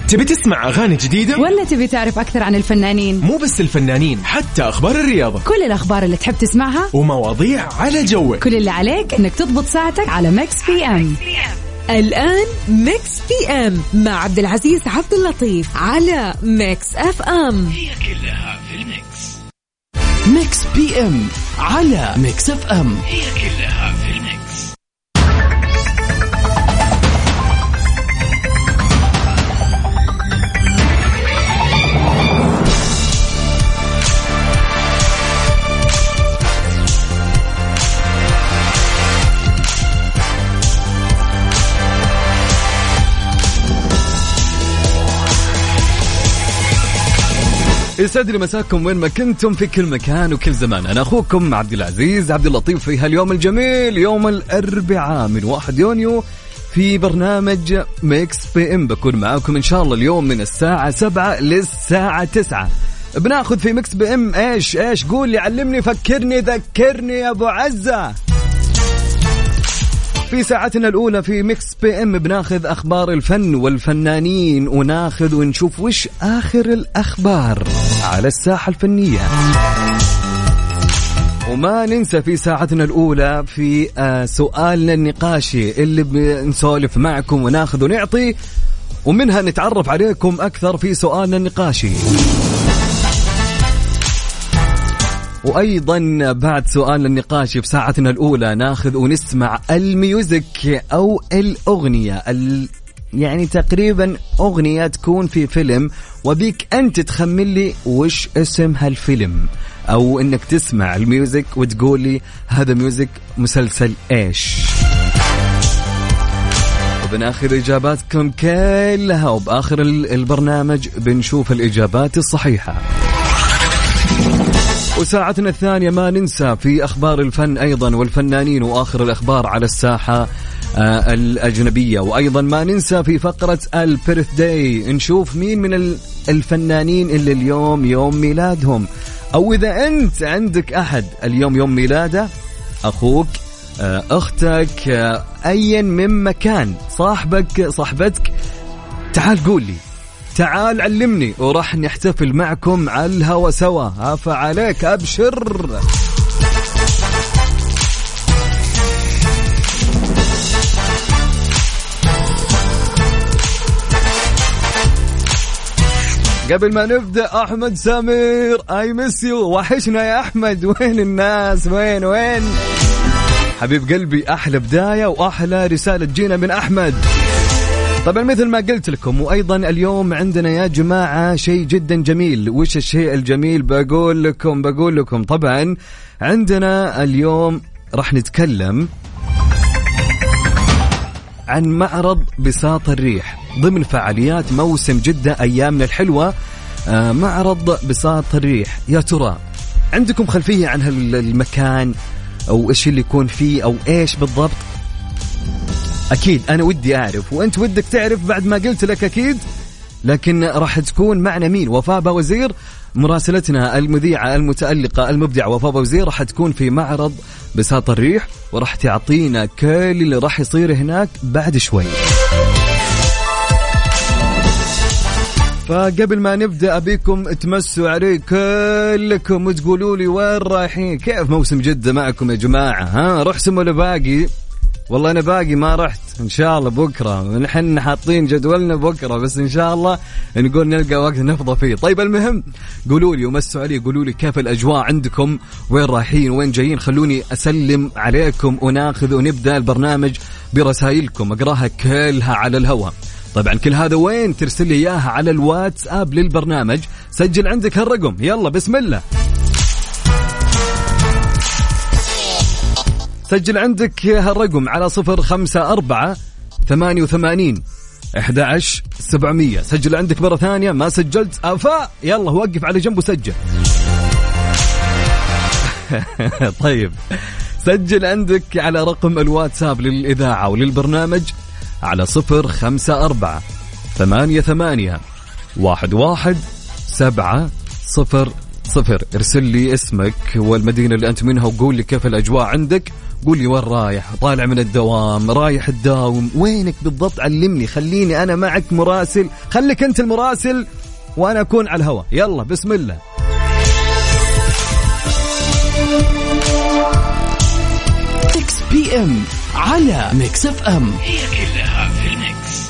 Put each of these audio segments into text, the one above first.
تبي تسمع أغاني جديدة ولا تبي تعرف أكثر عن الفنانين؟ مو بس الفنانين، حتى أخبار الرياضة، كل الأخبار اللي تحب تسمعها ومواضيع على جوك. كل اللي عليك إنك تضبط ساعتك على ميكس بي ام. الآن ميكس بي ام مع عبد العزيز عبد اللطيف على ميكس اف ام. هي كلها في الميكس. ميكس بي ام على ميكس اف ام. هي كلها في الميكس. يسعد لي مساكم وين ما كنتم في كل مكان وكل زمان. أنا أخوكم عبد العزيز عبد اللطيف في هاليوم الجميل، يوم الأربعاء من 1 يونيو، في برنامج ميكس بي ام. بكون معاكم إن شاء الله اليوم من الساعة 7 للساعة 9. بناخذ في ميكس بي ام ايش قول لي، علمني، فكرني، ذكرني يا أبو عزة. في ساعتنا الأولى في ميكس بي ام بناخذ أخبار الفن والفنانين، وناخذ ونشوف وش آخر الأخبار على الساحة الفنية. وما ننسى في ساعتنا الأولى في سؤالنا النقاشي اللي بنسولف معكم وناخذ ونعطي، ومنها نتعرف عليكم أكثر في سؤالنا النقاشي. وأيضا بعد سؤال النقاش في ساعتنا الأولى ناخذ ونسمع الميوزك أو الأغنية، يعني تقريبا أغنية تكون في فيلم، وبيك أنت تخمن لي وش اسم هالفيلم، أو إنك تسمع الميوزك وتقول لي هذا ميوزك مسلسل إيش. وبناخذ إجاباتكم كلها، وبآخر البرنامج بنشوف الإجابات الصحيحة. وساعتنا الثانية ما ننسى في أخبار الفن أيضا والفنانين وآخر الأخبار على الساحة الأجنبية. وأيضا ما ننسى في فقرة البيرث داي نشوف مين من الفنانين اللي اليوم يوم ميلادهم، أو إذا أنت عندك أحد اليوم يوم ميلاده، أخوك، أختك، أيا من مكان، صاحبتك، تعال قول لي، تعال علمني، وراح نحتفل معكم على الهوا سوا. عفا عليك، أبشر. قبل ما نبدأ، أحمد سمير I miss you، وحشنا يا أحمد، وين الناس، وين حبيب قلبي. أحلى بداية وأحلى رسالة جينا من أحمد. طبعا مثل ما قلت لكم، وأيضا اليوم عندنا يا جماعة شيء جدا جميل. وش الشيء الجميل؟ بقول لكم طبعا عندنا اليوم راح نتكلم عن معرض بساط الريح ضمن فعاليات موسم جدة أيامنا الحلوة. معرض بساط الريح، يا ترى عندكم خلفية عن هالمكان أو إيش اللي يكون فيه أو إيش بالضبط؟ أكيد أنا ودي أعرف، وأنت ودك تعرف بعد ما قلت لك أكيد. لكن راح تكون معنا مين؟ وفاء باوزير، مراسلتنا المذيعة المتألقة المبدعة وفاء باوزير، راح تكون في معرض بساط الريح، وراح تعطينا كل اللي راح يصير هناك بعد شوي. فقبل ما نبدأ أبيكم تمسوا علي كلكم وتقولوا لي وين رايحين، كيف موسم جدة معكم يا جماعة؟ ها رحتم ولا باقي؟ والله أنا باقي ما رحت، إن شاء الله بكرة، نحن حاطين جدولنا بكرة، بس إن شاء الله نقول نلقى وقت نفضى فيه. طيب المهم قولوا لي ومسوا علي، قولوا لي كيف الأجواء عندكم، وين رايحين وين جايين، خلوني أسلم عليكم وناخذ ونبدأ البرنامج برسائلكم أقراها كلها على الهواء. طبعا كل هذا وين؟ ترسل لي إياها على الواتساب للبرنامج. سجل عندك هالرقم، يلا بسم الله. سجل عندك هالرقم على 054-88-11-700. سجل عندك مرة ثانية، ما سجلت أفا يلا وقف على جنب وسجل. طيب سجل عندك على رقم الواتساب للإذاعة وللبرنامج على 054-88-11-700. 0 ارسل لي اسمك والمدينة اللي أنت منها وقول لي كيف الأجواء عندك. قول لي وين رايح، طالع من الدوام، رايح الداوم، وينك بالضبط، علمني، خليني أنا معك مراسل، خليك أنت المراسل وأنا أكون على الهواء. يلا بسم الله. ميكس بي ام على ميكس اف ام، هي كلها في الميكس.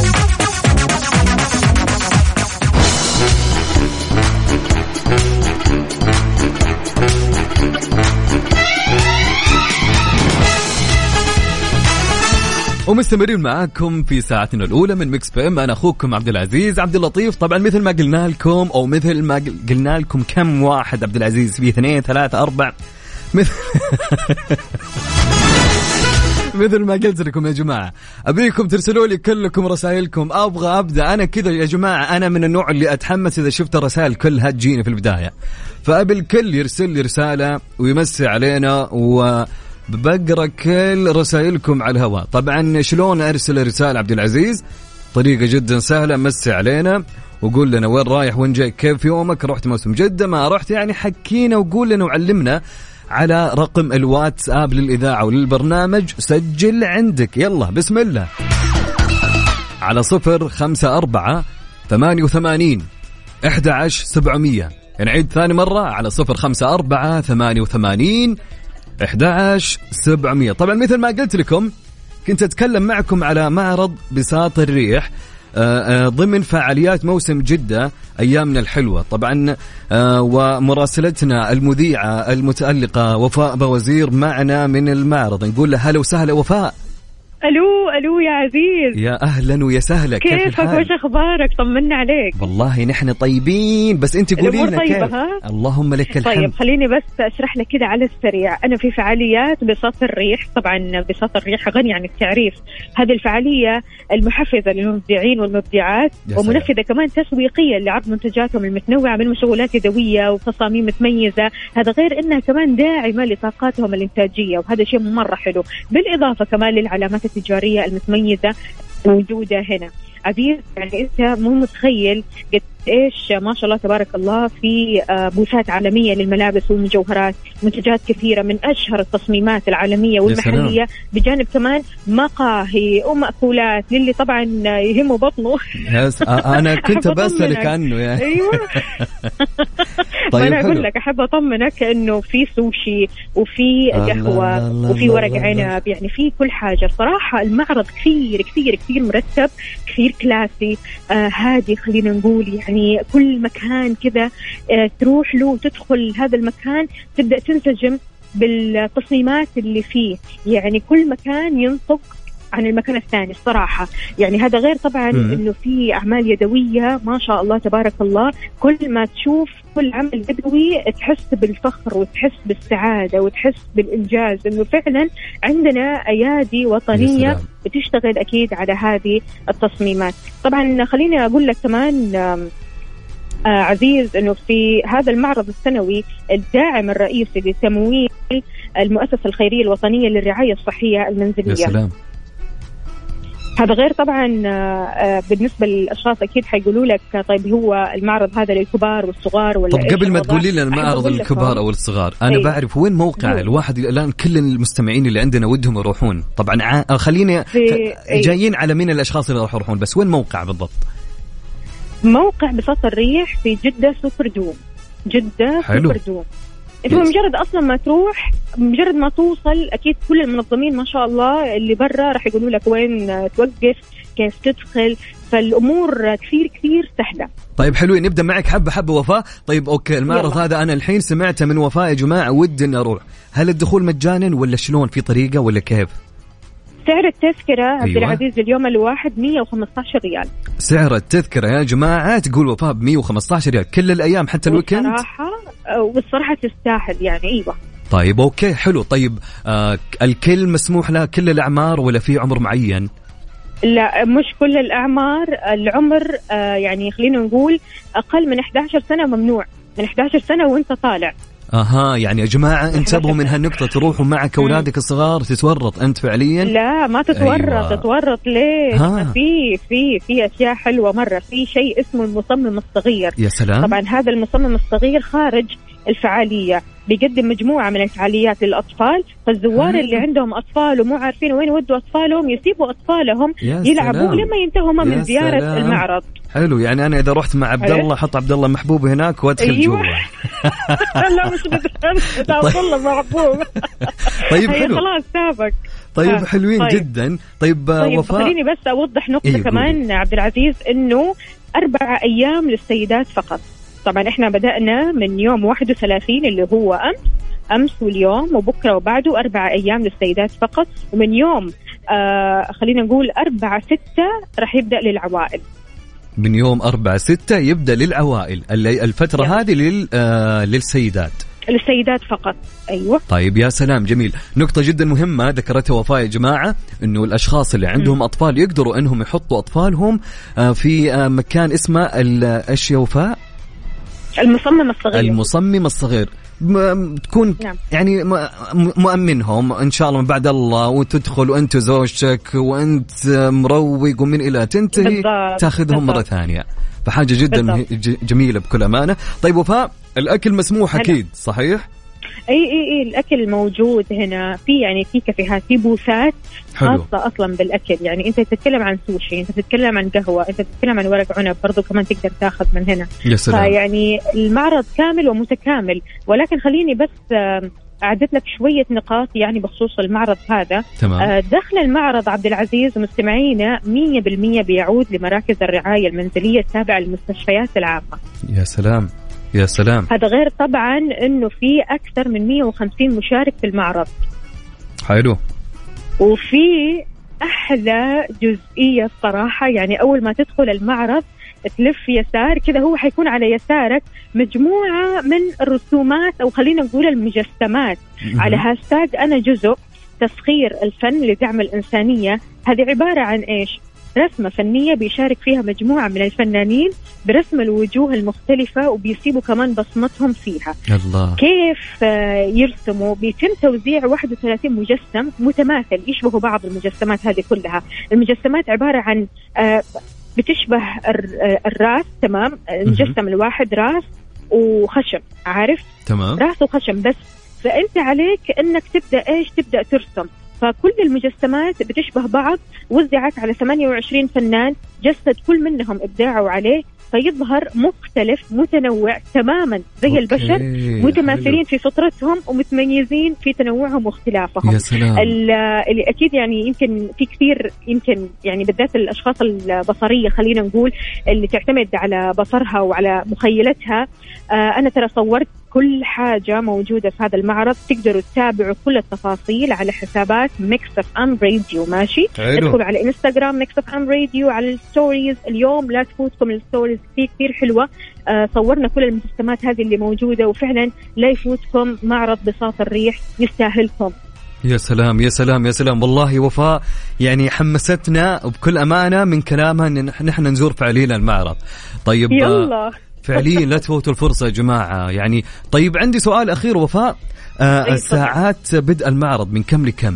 ومستمرين معاكم في ساعتنا الأولى من ميكس بي ام. أنا أخوكم عبد العزيز عبد اللطيف. طبعا مثل ما قلنا لكم أو مثل ما قلنا لكم كم واحد عبد العزيز، في 2 3 4 مثل ما قلت لكم يا جماعة، أبيكم ترسلوا لي كلكم رسائلكم. أبغى أبدأ أنا كذا يا جماعة، أنا من النوع اللي أتحمس إذا شفت الرسائل كلها تجيني في البداية، فأبي الكل يرسل لي رسالة ويمسي علينا وبقرأ كل رسائلكم على الهواء. طبعا شلون أرسل رسالة عبد العزيز؟ طريقة جدا سهلة، مسي علينا وقول لنا وين رايح، وين جاي، كيف يومك، رحت موسم جدة، ما رحت، يعني حكينا وقول لنا وعلمنا على رقم الواتساب للإذاعة وللبرنامج. سجل عندك، يلا بسم الله، على 054 88 11700. نعيد ثاني مرة، على 054 88 11700. طبعا مثل ما قلت لكم كنت أتكلم معكم على معرض بساط الريح ضمن فعاليات موسم جدة أيامنا الحلوة. طبعا ومراسلتنا المذيعة المتألقة وفاء بوزير معنا من المعرض، نقول له هلا وسهلا وفاء. ألو يا عزيز، يا أهلا ويا سهلا، كيفك وش أخبارك؟ طمنا عليك. والله نحن طيبين، بس أنت قولي لنا كيف. اللهم لك الحمد. طيب خليني بس أشرح لك كده على السريع. أنا في فعاليات بساط الريح، طبعا بساط الريح غني عن التعريف. هذه الفعالية المحفزة للمبدعين والمبدعات ومنفذة كمان تسويقية لعرض منتجاتهم المتنوعة من مشغولات يدوية وتصاميم متميزة. هذا غير أنها كمان داعمة لطاقاتهم الإنتاجية، وهذا شيء مرة حلو، بالإضافة كمان للعلامات التجارية المتميزة موجودة هنا. عزيز يعني أنت مو متخيل قد إيش ما شاء الله تبارك الله في بوثات عالمية للملابس والمجوهرات، منتجات كثيرة من أشهر التصميمات العالمية والمحلية، بجانب كمان مقاهي ومأكولات للي طبعا يهمه بطنه. أنا كنت بسألك عنه يعني. أيوة. طيب أنا أقول لك أحب أطمنك إنه في سوشي وفي قهوة وفي ورق عنب، يعني في كل حاجة. صراحة المعرض كثير كثير كثير مرتب، كثير كلاسي، هادي، خلينا نقول يعني كل مكان كذا تروح له وتدخل هذا المكان تبدأ تنسجم بالتصميمات اللي فيه، يعني كل مكان ينطق عن المكان الثاني الصراحة. يعني هذا غير طبعا إنه في أعمال يدوية ما شاء الله تبارك الله. كل ما تشوف كل عمل يدوي تحس بالفخر وتحس بالسعادة وتحس بالإنجاز، إنه فعلا عندنا أيادي وطنية بتشتغل أكيد على هذه التصميمات. طبعا خليني أقول لك كمان عزيز إنه في هذا المعرض السنوي الداعم الرئيسي لتمويل المؤسسة الخيرية الوطنية للرعاية الصحية المنزلية. يا سلام. هذا غير طبعا بالنسبة للأشخاص أكيد حيقولوا لك طيب هو المعرض هذا للكبار والصغار ولا؟ طب قبل ما تقولي لنا المعرض الكبار أو الصغار، أنا بعرف وين موقع الواحد الآن. كل المستمعين اللي عندنا ودهم يروحون، طبعا خليني جايين على مين الأشخاص اللي راح يروحون، بس وين موقع بالضبط؟ موقع بساط الريح في جدة سوبر دوم. جدة سوبر دوم. انت مجرد اصلا ما تروح، مجرد ما توصل اكيد كل المنظمين ما شاء الله اللي برا راح يقولوا لك وين توقف، كيف تدخل، فالامور كثير كثير سهله. طيب حلوين، نبدا معك حبه حبه وفاء. طيب اوكي، المعرض هذا انا الحين سمعته من وفاء يا جماعه، ودي اني اروح. هل الدخول مجانا ولا شلون، في طريقه ولا كيف؟ سعر التذكرة عبد العزيز اليوم الواحد 115 ريال. سعر التذكرة يا جماعة تقول وفاء 115 ريال كل الأيام حتى الويكند؟ والصراحة تستاهل يعني. أيوة. طيب أوكي حلو. طيب الكل مسموح له كل الأعمار ولا في عمر معين؟ لا مش كل الأعمار، العمر يعني خلينا نقول أقل من 11 سنة ممنوع، من 11 سنة وانت طالع. يعني يا جماعة انتبهوا من هالنقطة، تروحوا معك أولادك الصغار تتورط أنت فعليا. لا ما تتورط. تتورط ليش؟ في أشياء حلوة مرة. في شيء اسمه المصمم الصغير. يا سلام. طبعا هذا المصمم الصغير خارج الفعالية بيقدم مجموعة من الفعاليات للأطفال، فالزوار اللي عندهم أطفال ومو عارفين وين يودوا أطفالهم يسيبوا أطفالهم يلعبوا لما ينتهوا من زيارة المعرض. حلو، يعني أنا إذا رحت مع عبد الله حط عبد الله محبوب هناك وأدخل جوا. لا مش عبد الله محبوب. طيب حلو، خلاص سابق. طيب حلوين جدا. طيب وفاء، خليني بس أوضح نقطة كمان عبد العزيز، إنه 4 أيام للسيدات فقط. طبعا احنا بدأنا من يوم 31 اللي هو أمس واليوم وبكرة وبعده 4 أيام للسيدات فقط، ومن يوم خلينا نقول 4/6 رح يبدأ للعوائل. من يوم 4/6 يبدأ للعوائل الفترة هذه للسيدات. السيدات فقط. أيوة. طيب يا سلام، جميل. نقطة جدا مهمة ذكرتها وفاء يا جماعة، إنه الأشخاص اللي عندهم أطفال يقدروا إنهم يحطوا أطفالهم في مكان اسمه إيش يا وفاء؟ المصمم الصغير. تكون يعني مؤمنهم إن شاء الله من بعد الله، وتدخل وأنت زوجتك وأنت مروق ومن إلى تنتهي تاخذهم مرة ثانية. فحاجة جدا جميلة بكل أمانة. طيب وفاء، الأكل مسموح أكيد صحيح؟ اي الاكل موجود هنا، في كافيهات، في بوثات خاصه اصلا بالاكل. يعني انت تتكلم عن سوشي، انت تتكلم عن قهوه، انت تتكلم عن ورق عنب برضو كمان تقدر تاخذ من هنا. يعني المعرض كامل ومتكامل. ولكن خليني بس أعدت لك شوية نقاط يعني بخصوص المعرض هذا. دخل المعرض عبد العزيز ومستمعينا 100% بيعود لمراكز الرعاية المنزلية التابعة للمستشفيات العامة. يا سلام يا سلام. هذا غير طبعا انه في اكثر من 150 مشارك في المعرض. حلو. وفي احلى جزئية الصراحة، يعني اول ما تدخل المعرض تلف يسار كذا، هو حيكون على يسارك مجموعة من الرسومات او خلينا نقول المجسمات على هاشتاج انا جزء تسخير الفن لدعم الانسانية. هذه عبارة عن ايش؟ رسمة فنية بيشارك فيها مجموعة من الفنانين برسم الوجوه المختلفة، وبيسيبوا كمان بصمتهم فيها. الله. كيف يرسموا؟ بيتم توزيع 31 مجسم متماثل يشبهوا بعض. المجسمات هذه كلها المجسمات عبارة عن بتشبه الراس، تمام؟ المجسم الواحد راس وخشم، عارف؟ تمام. راس وخشم بس. فأنت عليك أنك تبدأ ترسم. فكل المجسمات بتشبه بعض، وزعت على 28 فنان، جسد كل منهم إبداعه عليه، فيظهر مختلف متنوع تماما زي البشر، متماثلين في فطرتهم ومتميزين في تنوعهم واختلافهم. يا سلام. اللي أكيد يعني يمكن في كثير، يمكن يعني بالذات الأشخاص البصرية خلينا نقول اللي تعتمد على بصرها وعلى مخيلتها. أنا ترى صورت كل حاجة موجودة في هذا المعرض، تقدروا تتابعوا كل التفاصيل على حسابات ميكس اف ام راديو. ماشي، ادخلوا على انستغرام ميكس اف ام راديو، على الستوريز اليوم لا تفوتكم الستوريز، كثير حلوة. صورنا كل المجسمات هذه اللي موجودة، وفعلا لا يفوتكم معرض بساط الريح، يستاهلكم. يا سلام يا سلام يا سلام. والله وفاء يعني حمستنا بكل أمانة من كلامها إن نحن نزور فعليا المعرض. طيب يلا فعليا لا تفوتوا الفرصة يا جماعة يعني. طيب عندي سؤال أخير وفاء، ساعات بدء المعرض من كم لكم؟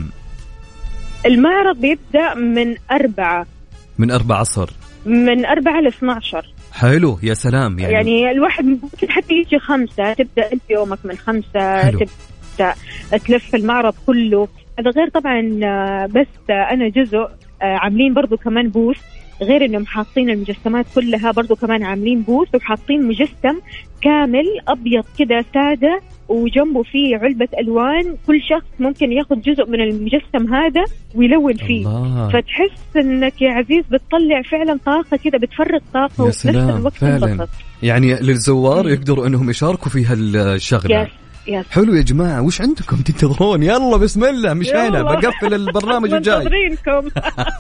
المعرض بيبدأ من 4 عصر، من 4 ل 12. حلو يا سلام. يعني الواحد ممكن حتى يجي 5، تبدأ انت يومك من 5 تبدأ تلف المعرض كله. هذا غير طبعا بس أنا جزء عاملين برضو كمان بوث، غير انهم حاطين المجسمات كلها برضو كمان عاملين بوث، وحاطين مجسم كامل ابيض كده سادة، وجنبه فيه علبة الوان، كل شخص ممكن ياخذ جزء من المجسم هذا ويلون فيه. الله. فتحس انك يا عزيز بتطلع فعلا طاقة كده، بتفرغ طاقة وفي نفس الوقت فعلا. يعني للزوار يقدروا انهم يشاركوا في هالشغلة. حلو يا جماعة، وش عندكم تنتظرون؟ يلا بسم الله، مش أنا بقفل البرنامج الجاي. منتظرينكم.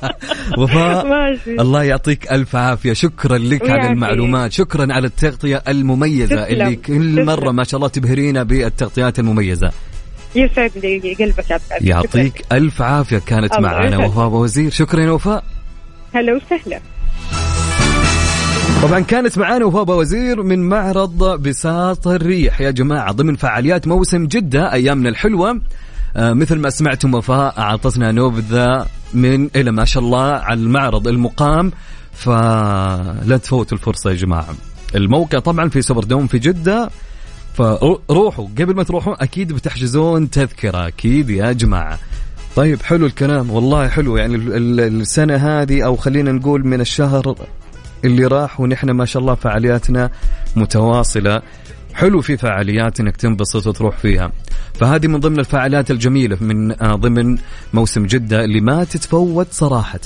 وفاء الله يعطيك ألف عافية، شكرا لك على المعلومات، شكرا على التغطية المميزة اللي كل مرة ما شاء الله تبهرينا بالتغطيات المميزة. يسعد لي قلبك يا عبد. يعطيك ألف عافية. كانت معنا وفاء وزير. شكرا يا وفاء. هلا وسهلا. طبعا كانت معانا وفاء بوزير من معرض بساط الريح يا جماعة ضمن فعاليات موسم جدة أيامنا الحلوة. مثل ما سمعتم وفاء أعطتنا نبذة من إلى ما شاء الله على المعرض المقام، فلا تفوتوا الفرصة يا جماعة. الموقع طبعا في سوبر دوم في جدة، فروحوا قبل ما تروحوا أكيد بتحجزون تذكرة أكيد يا جماعة. طيب حلو الكلام والله حلو، يعني السنة هذه أو خلينا نقول من الشهر اللي راح ونحن ما شاء الله فعالياتنا متواصلة. حلو في فعاليات انك تنبسط وتروح فيها، فهذه من ضمن الفعاليات الجميلة من ضمن موسم جدة اللي ما تتفوت صراحة.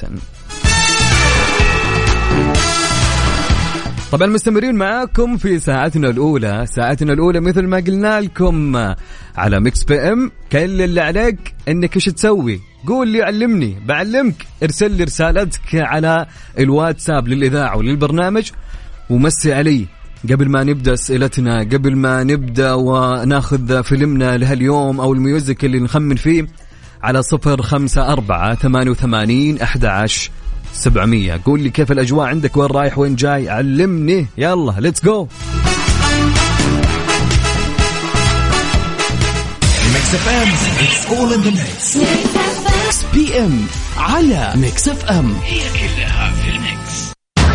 طبعا مستمرين معاكم في ساعتنا الأولى مثل ما قلنا لكم على ميكس بي ام. كل اللي عليك انك ايش تسوي؟ قول لي علمني بعلمك. ارسل لي رسالتك على الواتساب للإذاعة وللبرنامج ومسي علي قبل ما نبدأ أسئلتنا، قبل ما نبدأ وناخذ فيلمنا لهاليوم أو الميوزك اللي نخمن فيه على 0548811700. قول لي كيف الأجواء عندك، وين رايح وين جاي، علمني. يلا ليتس جو. It's all in the mix. Mix PM على ميكس اف ام. هي كلها في الميكس.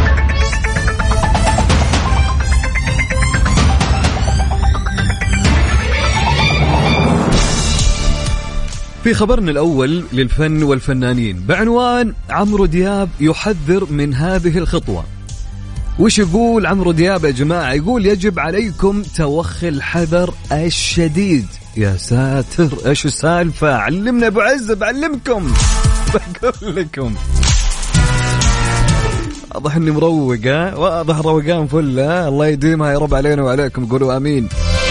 في خبرنا الأول للفن والفنانين بعنوان عمرو دياب يحذر من هذه الخطوة. وش يقول عمرو دياب يا جماعة؟ يقول يجب عليكم توخي الحذر الشديد. يا ساتر ايش السالفة؟ علمنا ابو عز بعلمكم. بقول لكم واضح اني مروقة، واضح روقان فلة، الله يديمها يا رب علينا وعليكم، قولوا امين.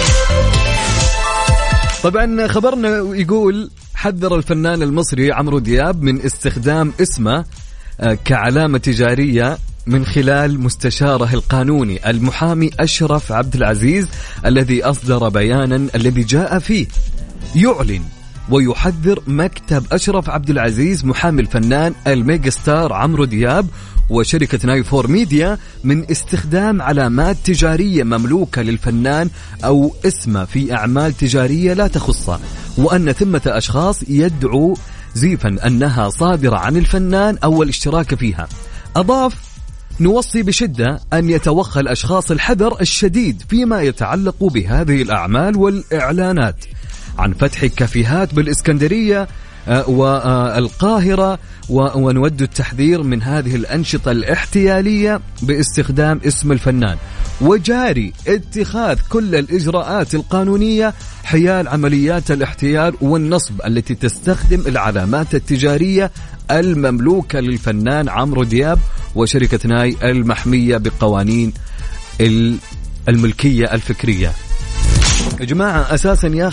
طبعا خبرنا يقول حذر الفنان المصري عمرو دياب من استخدام اسمه كعلامة تجارية من خلال مستشاره القانوني المحامي أشرف عبد العزيز، الذي أصدر بيانا الذي جاء فيه يعلن ويحذر مكتب أشرف عبد العزيز محامي الفنان الميجا ستار عمرو دياب وشركة نايفور ميديا من استخدام علامات تجارية مملوكة للفنان أو اسمه في أعمال تجارية لا تخصه، وأن ثمة أشخاص يدعو زيفا أنها صادرة عن الفنان أو الاشتراك فيها. أضاف: نوصي بشدة أن يتوخى الأشخاص الحذر الشديد فيما يتعلق بهذه الأعمال والإعلانات عن فتح كافيهات بالإسكندرية والقاهرة، ونود التحذير من هذه الأنشطة الاحتيالية باستخدام اسم الفنان، وجاري اتخاذ كل الإجراءات القانونية حيال عمليات الاحتيال والنصب التي تستخدم العلامات التجارية المملوكة للفنان عمرو دياب وشركة ناي المحمية بقوانين الملكية الفكرية. يا جماعة أساسا يا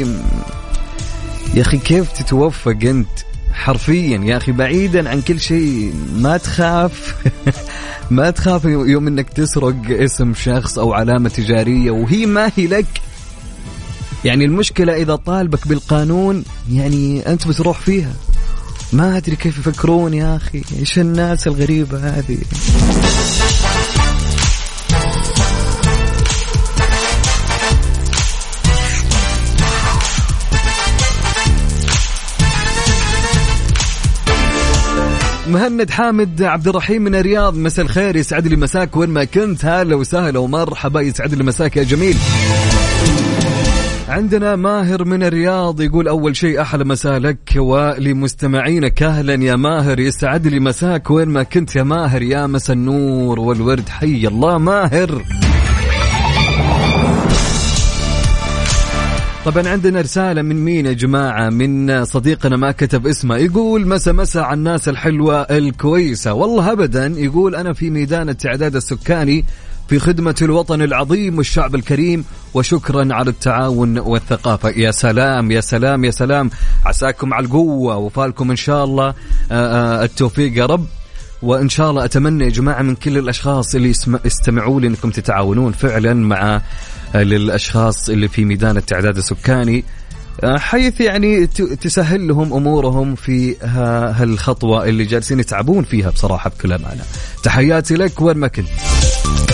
أخي كيف تتوفق أنت حرفيا يا أخي، بعيدا عن كل شيء، ما تخاف ما تخاف يوم أنك تسرق اسم شخص أو علامة تجارية وهي ما هي لك. يعني المشكلة إذا طالبك بالقانون يعني أنت بتروح فيها. ما أدري كيف يفكرون يا أخي، إيش الناس الغريبة هذه. مهند حامد عبد الرحيم من الرياض، مساء الخير، يسعد لي مساك وين ما كنت، هلا وسهلا ومرحبا، يسعد لي مساك يا جميل. عندنا ماهر من الرياض يقول أول شيء أحلى مساء لك ولمستمعينك، أهلا يا ماهر، يسعد لي مساك وين ما كنت يا ماهر، يا مساء النور والورد، حي الله ماهر. طبعا عندنا رسالة من مين يا جماعة؟ من صديقنا ما كتب اسمه، يقول مسا على الناس الحلوة الكويسة. والله أبدا، يقول أنا في ميدان التعداد السكاني في خدمة الوطن العظيم والشعب الكريم، وشكرا على التعاون والثقافة. يا سلام يا سلام يا سلام، عساكم على القوة وفالكم إن شاء الله التوفيق يا رب. وإن شاء الله أتمنى يا جماعة من كل الأشخاص اللي يستمعوا لي أنكم تتعاونون فعلا مع للأشخاص اللي في ميدان التعداد السكاني، حيث يعني تسهل لهم أمورهم في هالخطوة اللي جالسين يتعبون فيها بصراحة بكل أمانة. تحياتي لك وين ما كنت.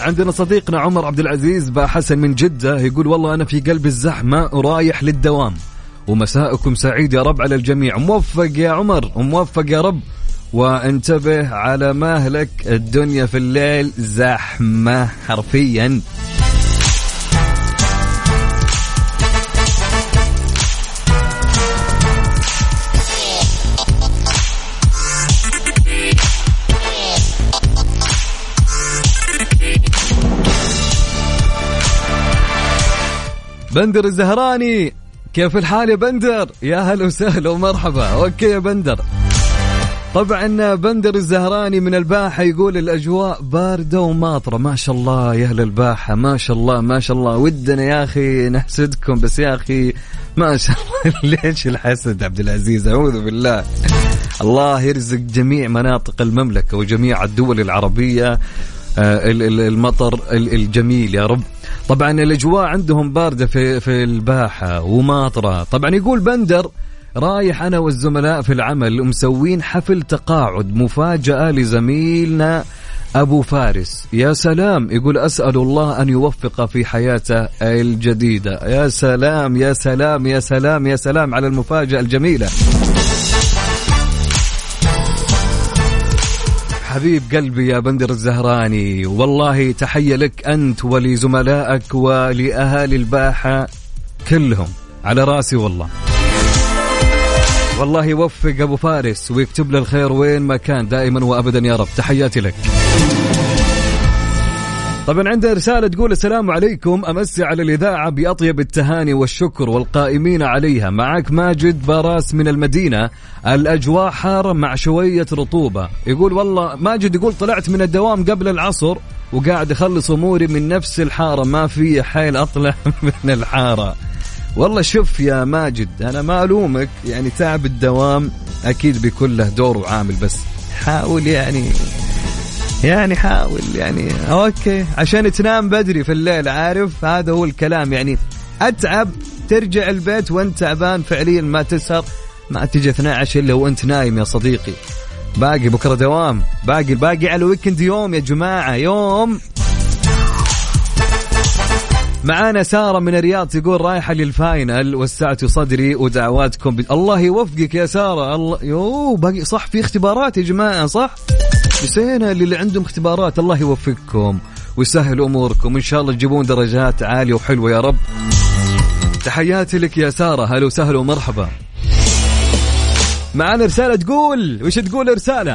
عندنا صديقنا عمر عبد العزيز باحسن من جدة يقول والله أنا في قلب الزحمة ورايح للدوام ومساءكم سعيد يا رب على الجميع. موفق يا عمر وموفق يا رب، وانتبه على مهلك الدنيا في الليل زحمة حرفيا. بندر الزهراني كيف الحال يا بندر؟ يا هلا وسهلا ومرحبا. اوكي يا بندر. طبعا بندر الزهراني من الباحة يقول الأجواء باردة وماطرة. ما شاء الله يا أهل الباحة، ما شاء الله ما شاء الله. ودنا يا أخي نحسدكم بس يا أخي ما شاء الله. ليش الحسد عبد العزيز؟ أعوذ بالله. الله يرزق جميع مناطق المملكة وجميع الدول العربية المطر الجميل يا رب. طبعا الأجواء عندهم باردة في الباحة وماطرة. طبعا يقول بندر رايح أنا والزملاء في العمل ومسوين حفل تقاعد مفاجأة لزميلنا أبو فارس. يا سلام. يقول أسأل الله أن يوفق في حياته الجديدة. يا سلام يا سلام يا سلام يا سلام على المفاجأة الجميلة. حبيب قلبي يا بندر الزهراني، والله تحية لك أنت ولزملائك ولأهالي الباحة كلهم على راسي والله. والله يوفق أبو فارس ويكتب له الخير وين ما كان دائما وأبدا يا رب. تحياتي لك. طبعا عنده رسالة تقول السلام عليكم، أمسي على الإذاعة بأطيب التهاني والشكر والقائمين عليها. معك ماجد باراس من المدينة. الأجواء حارة مع شوية رطوبة. يقول والله ماجد يقول طلعت من الدوام قبل العصر وقاعد أخلص أموري من نفس الحارة، ما في حيل أطلع من الحارة. والله شوف يا ماجد أنا ما ألومك، يعني تعب الدوام أكيد بيكون له دور وعامل، بس حاول يعني حاول يعني أوكي عشان تنام بدري في الليل، عارف هذا هو الكلام. يعني أتعب ترجع البيت وانت تعبان فعليا، ما تسهر ما تجي 12 إلا وانت نايم يا صديقي. باقي بكرة دوام، باقي على ويكند يوم يا جماعة، يوم. معانا سارة من الرياض تقول رايحة للفاينل وسعت صدري ودعواتكم الله يوفقك يا سارة. الله باقي صح في اختبارات يا جماعة، صح نسينا اللي عندهم اختبارات. الله يوفقكم ويسهل أموركم إن شاء الله تجيبون درجات عالية وحلوة يا رب. تحياتي لك يا سارة، هلا وسهلا ومرحبا. معانا رسالة تقول، وش تقول رسالة؟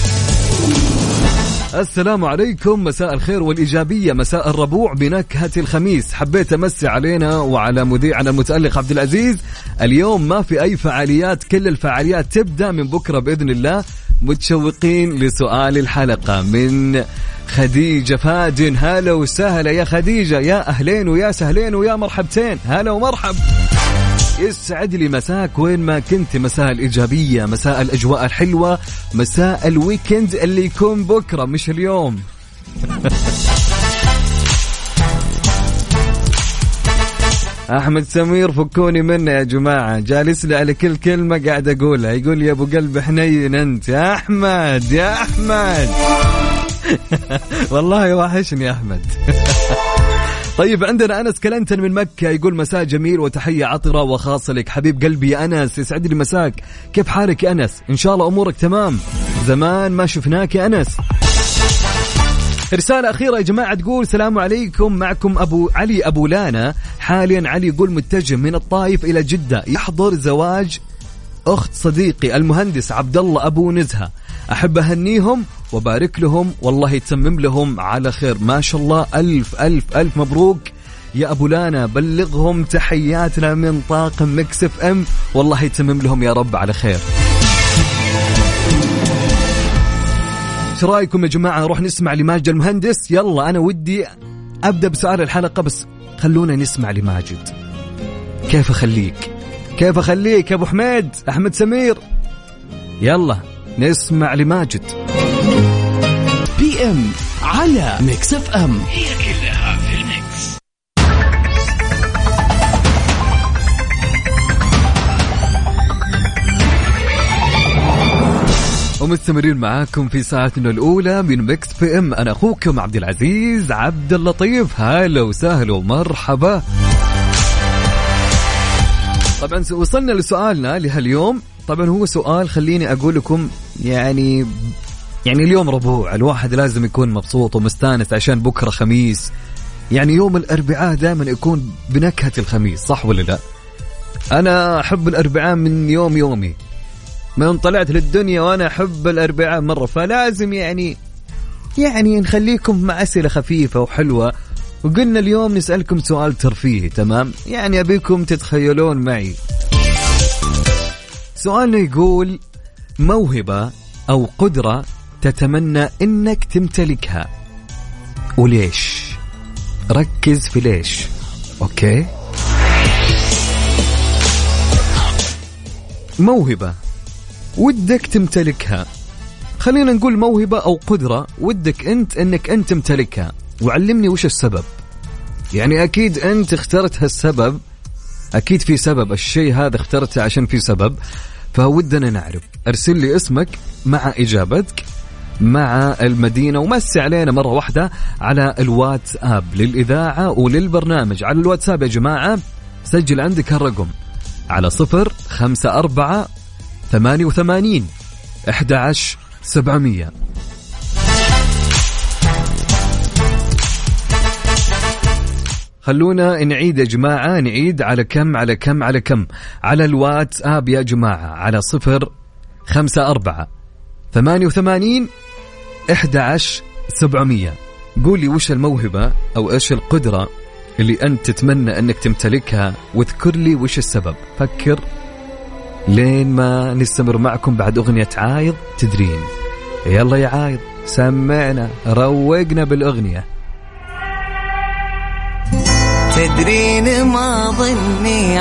السلام عليكم، مساء الخير والإيجابية، مساء الربوع بنكهة الخميس. حبيت أمسي علينا وعلى مذيعنا المتألق عبد العزيز. اليوم ما في أي فعاليات، كل الفعاليات تبدأ من بكرة بإذن الله. متشوقين لسؤال الحلقة من خديجة فادن. هلا وسهلا يا خديجة، يا أهلين ويا سهلين ويا مرحبتين، هلا ومرحب. يسعد لي مساك وين ما كنت، مساء الإيجابية، مساء الأجواء الحلوة، مساء الويكند اللي يكون بكرة مش اليوم. أحمد سمير فكوني منه يا جماعة، جالس لي على كل كلمة قاعد أقولها. يقول يا أبو قلب حنين أنت يا أحمد، يا أحمد. والله وحشني يا أحمد. طيب عندنا أنس كلنتن من مكة يقول مساء جميل وتحية عطرة وخاصة لك حبيب قلبي يا أنس، يسعد لي مساك. كيف حالك يا أنس؟ إن شاء الله أمورك تمام، زمان ما شفناك يا أنس. رسالة أخيرة يا جماعة تقول السلام عليكم، معكم أبو علي أبو لانا. حاليا علي يقول متجه من الطائف إلى جدة يحضر زواج أخت صديقي المهندس عبد الله أبو نزهة. أحب أهنيهم وبارك لهم، والله يتمم لهم على خير. ما شاء الله، ألف ألف ألف مبروك يا أبو لانا، بلغهم تحياتنا من طاقم ميكس اف ام، والله يتمم لهم يا رب على خير. ايش رايكم يا جماعة نروح نسمع لماجد المهندس؟ يلا أنا ودي أبدأ بسؤال الحلقة، بس خلونا نسمع لماجد. كيف أخليك يا أبو حميد، أحمد سمير، يلا نسمع لماجد. بي ام على ميكس اف ام، هي كلها في الميكس. ومستمرين معاكم في ساعتنا الأولى من ميكس بي ام. أنا أخوكم عبد العزيز عبد اللطيف. هلا وسهلا ومرحبا. طبعا وصلنا لسؤالنا لهاليوم. طبعا هو سؤال خليني أقول لكم يعني اليوم ربوع، الواحد لازم يكون مبسوط ومستانس عشان بكرة خميس. يعني يوم الأربعاء دائما يكون بنكهة الخميس، صح ولا لا؟ أنا أحب الأربعاء من يومي من طلعت للدنيا وأنا أحب الأربعاء مرة. فلازم يعني نخليكم مع أسئلة خفيفة وحلوة. وقلنا اليوم نسألكم سؤال ترفيهي، تمام؟ يعني أبيكم تتخيلون معي. سؤالنا يقول: موهبة أو قدرة تتمنى إنك تمتلكها وليش؟ ركز في ليش. أوكي، موهبة ودك تمتلكها. خلينا نقول موهبة أو قدرة ودك إنك أنت تمتلكها، وعلمني وش السبب. يعني أكيد أنت اخترت هالسبب، أكيد في سبب الشيء هذا اخترته عشان في سبب. فودنا نعرف. أرسل لي اسمك مع إجابتك مع المدينة ومسي علينا مرة واحدة على الواتساب للإذاعة وللبرنامج. على الواتساب يا جماعة سجل عندك هالرقم على 054-88-11700. خلونا نعيد يا جماعة، نعيد على كم على الواتساب يا جماعة على 054-88-11700. قولي وش الموهبة أو إيش القدرة اللي أنت تتمنى أنك تمتلكها، واذكر لي وش السبب. فكر لين ما نستمر معكم بعد أغنية عايض تدرين. يلا يا عايض سمعنا، روقنا بالأغنية. تدرين ما ظني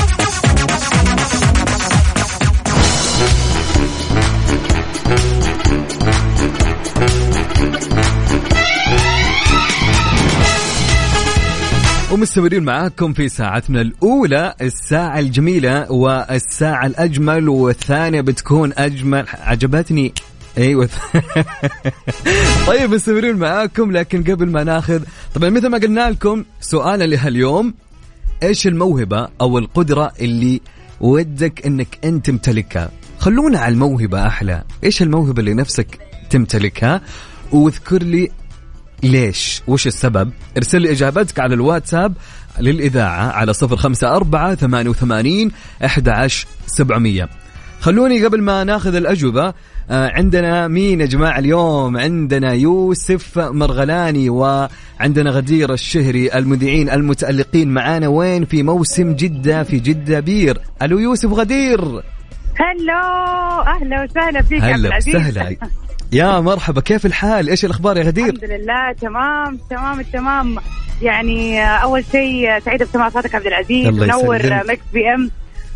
ومستمرين معاكم في ساعتنا الأولى، الساعة الجميلة والساعة الأجمل، والثانية بتكون أجمل. عجبتني. أيوة. طيب مستمرين معاكم، لكن قبل ما ناخذ طبعا مثل ما قلنا لكم سؤالنا لهاليوم: إيش الموهبة أو القدرة اللي ودك إنك أنت تمتلكها؟ خلونا على الموهبة أحلى. إيش الموهبة اللي نفسك تمتلكها، واذكر لي ليش، وش السبب. ارسل لي إجابتك على الواتساب للإذاعة على 054-88-11700. خلوني قبل ما ناخذ الأجوبة، عندنا مين يا جماعة اليوم؟ عندنا يوسف مرغلاني وعندنا غدير الشهري، المذيعين المتألقين معانا وين في موسم جدة في جدة بير. ألو يوسف غدير. هلو، أهلا وسهلا فيك عبد العزيز. هلا يا مرحبا، كيف الحال؟ إيش الأخبار يا غدير؟ الحمد لله تمام. يعني أول شيء سعيدة بسماع صوتك عبد العزيز، منور ميكس بي ام.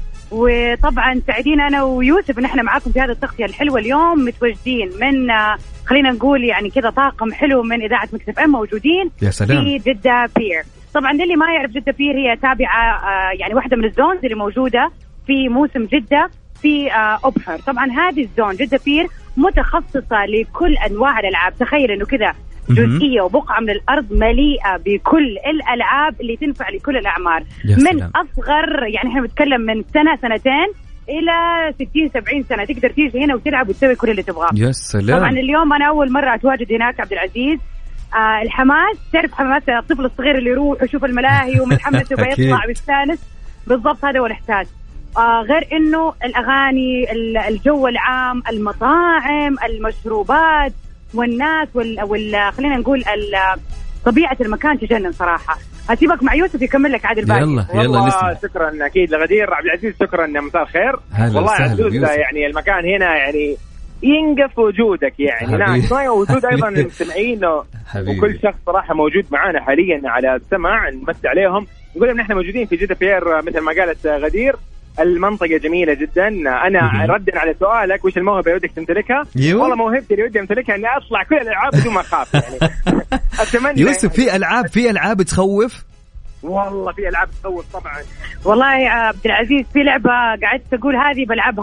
وطبعا سعيدين أنا ويوسف إن احنا معاكم في هذه التغطية الحلوة اليوم، متواجدين من خلينا نقول يعني كذا طاقم حلو من إذاعة ميكس اف ام موجودين يا سلام في جدة بير. طبعا للي ما يعرف جدة بير هي تابعة يعني واحدة من الزونز اللي موجودة في موسم جدة في أبحر. طبعا هذه الزون جدة بير متخصصة لكل أنواع الألعاب. تخيل إنه كذا جزئية وبقعة من الأرض مليئة بكل الألعاب اللي تنفع لكل الأعمار، من أصغر يعني إحنا بنتكلم من سنتين إلى 60-70 سنة تقدر تيجي هنا وتلعب وتسوي كل اللي تبغاه. يا سلام. طبعا اليوم أنا أول مرة أتواجد هناك عبد العزيز. الحماس، تعرف حماس الطفل الصغير اللي يروح ويشوف الملاهي ومتحمس وبيطلع ويستانس، بالضبط هذا هو الإحساس. غير إنه الأغاني، الجو العام، المطاعم، المشروبات، والناس خلينا نقول طبيعة المكان تجنن صراحة. هسيبك مع يوسف يكمل لك عاد الباقي. يلا نسمع. شكرا أكيد لغدير. عبد العزيز شكرا، مساء الخير. والله عزوز يعني المكان هنا يعني ينقف وجودك يعني. نعم شوية وجود أيضا المستمعين وكل شخص صراحة موجود معانا حاليا على السمع، نمسي عليهم نقول إن إحنا موجودين في جدة بير مثل ما قالت غدير. المنطقة جميلة جدا. أنا ردا على سؤالك وش الموهبة اللي ودك تمتلكها؟ والله موهبتي اللي ودي أمتلكها إني أطلع كل الألعاب بدون ما أخاف يعني. أتمنى يوسف يعني في ألعاب تخوف؟ والله في ألعاب تخوف طبعا. والله يا عبد العزيز في لعبة قعدت أقول هذه بلعبها،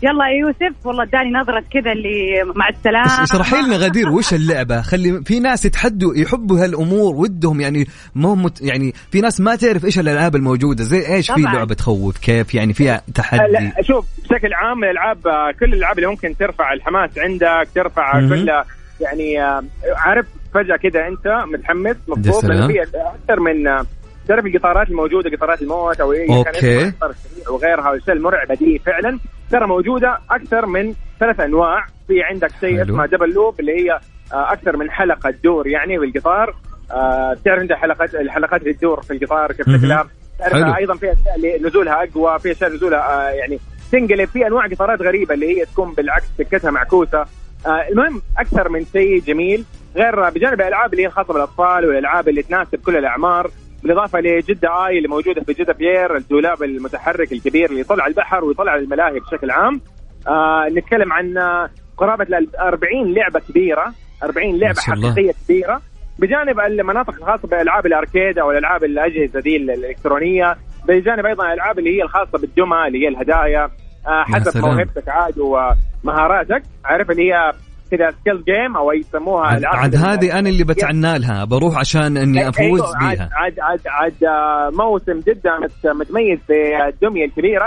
يلا يوسف والله اداني نظرة كذا اللي مع السلامة. اشرحي لنا غدير وش اللعبة. خلي في ناس يحبوا هالأمور ودهم يعني يعني في ناس ما تعرف ايش الألعاب الموجودة زي ايش. في لعبة تخوف كيف يعني فيها تحدي. شوف بشكل عام الألعاب كل الألعاب اللي ممكن ترفع الحماس عندك ترفع كل يعني عارف فجأة كده أنت متحمس مبسوط لأن في أكثر من تعرف القطارات الموجودة قطارات الموت أو أوكي وغيرها والأشياء المرعبة دي فعلا ترى موجودة أكثر من 3 أنواع. في عندك شيء اسمه جبل لوب اللي هي أكثر من حلقة تدور يعني بالقطار. تعرف أنت الحلقات اللي تدور في القطار كيف شكلها. تعرف أيضا في أشياء اللي نزولها أقوى في أشياء نزولها يعني تنقلب. في أنواع قطارات غريبة اللي هي تكون بالعكس سكتها معكوسة. المهم أكثر من شيء جميل غير بجانب الألعاب اللي هي الخاصة بالأطفال والألعاب اللي تناسب كل الأعمار. بالإضافة لجدة اللي موجودة في جدة بيير الدولاب المتحرك الكبير اللي يطلع على البحر ويطلع على الملاهي بشكل عام. نتكلم عن قرابة 40 لعبة كبيرة 40 لعبة حقيقية كبيرة بجانب المناطق الخاصة بألعاب الأركيد أو الألعاب الأجهزة دي الإلكترونية. بجانب أيضا الألعاب اللي هي الخاصة بالدمى اللي هي الهدايا حسب موهبتك عاد ومهاراتك. عارف اللي هي كذا سكيل جيم او يسموها عاد هذه انا اللي بتعنى لها بروح عشان اني افوز بيها. عاد موسم جدا متميز في الدميه الكبيره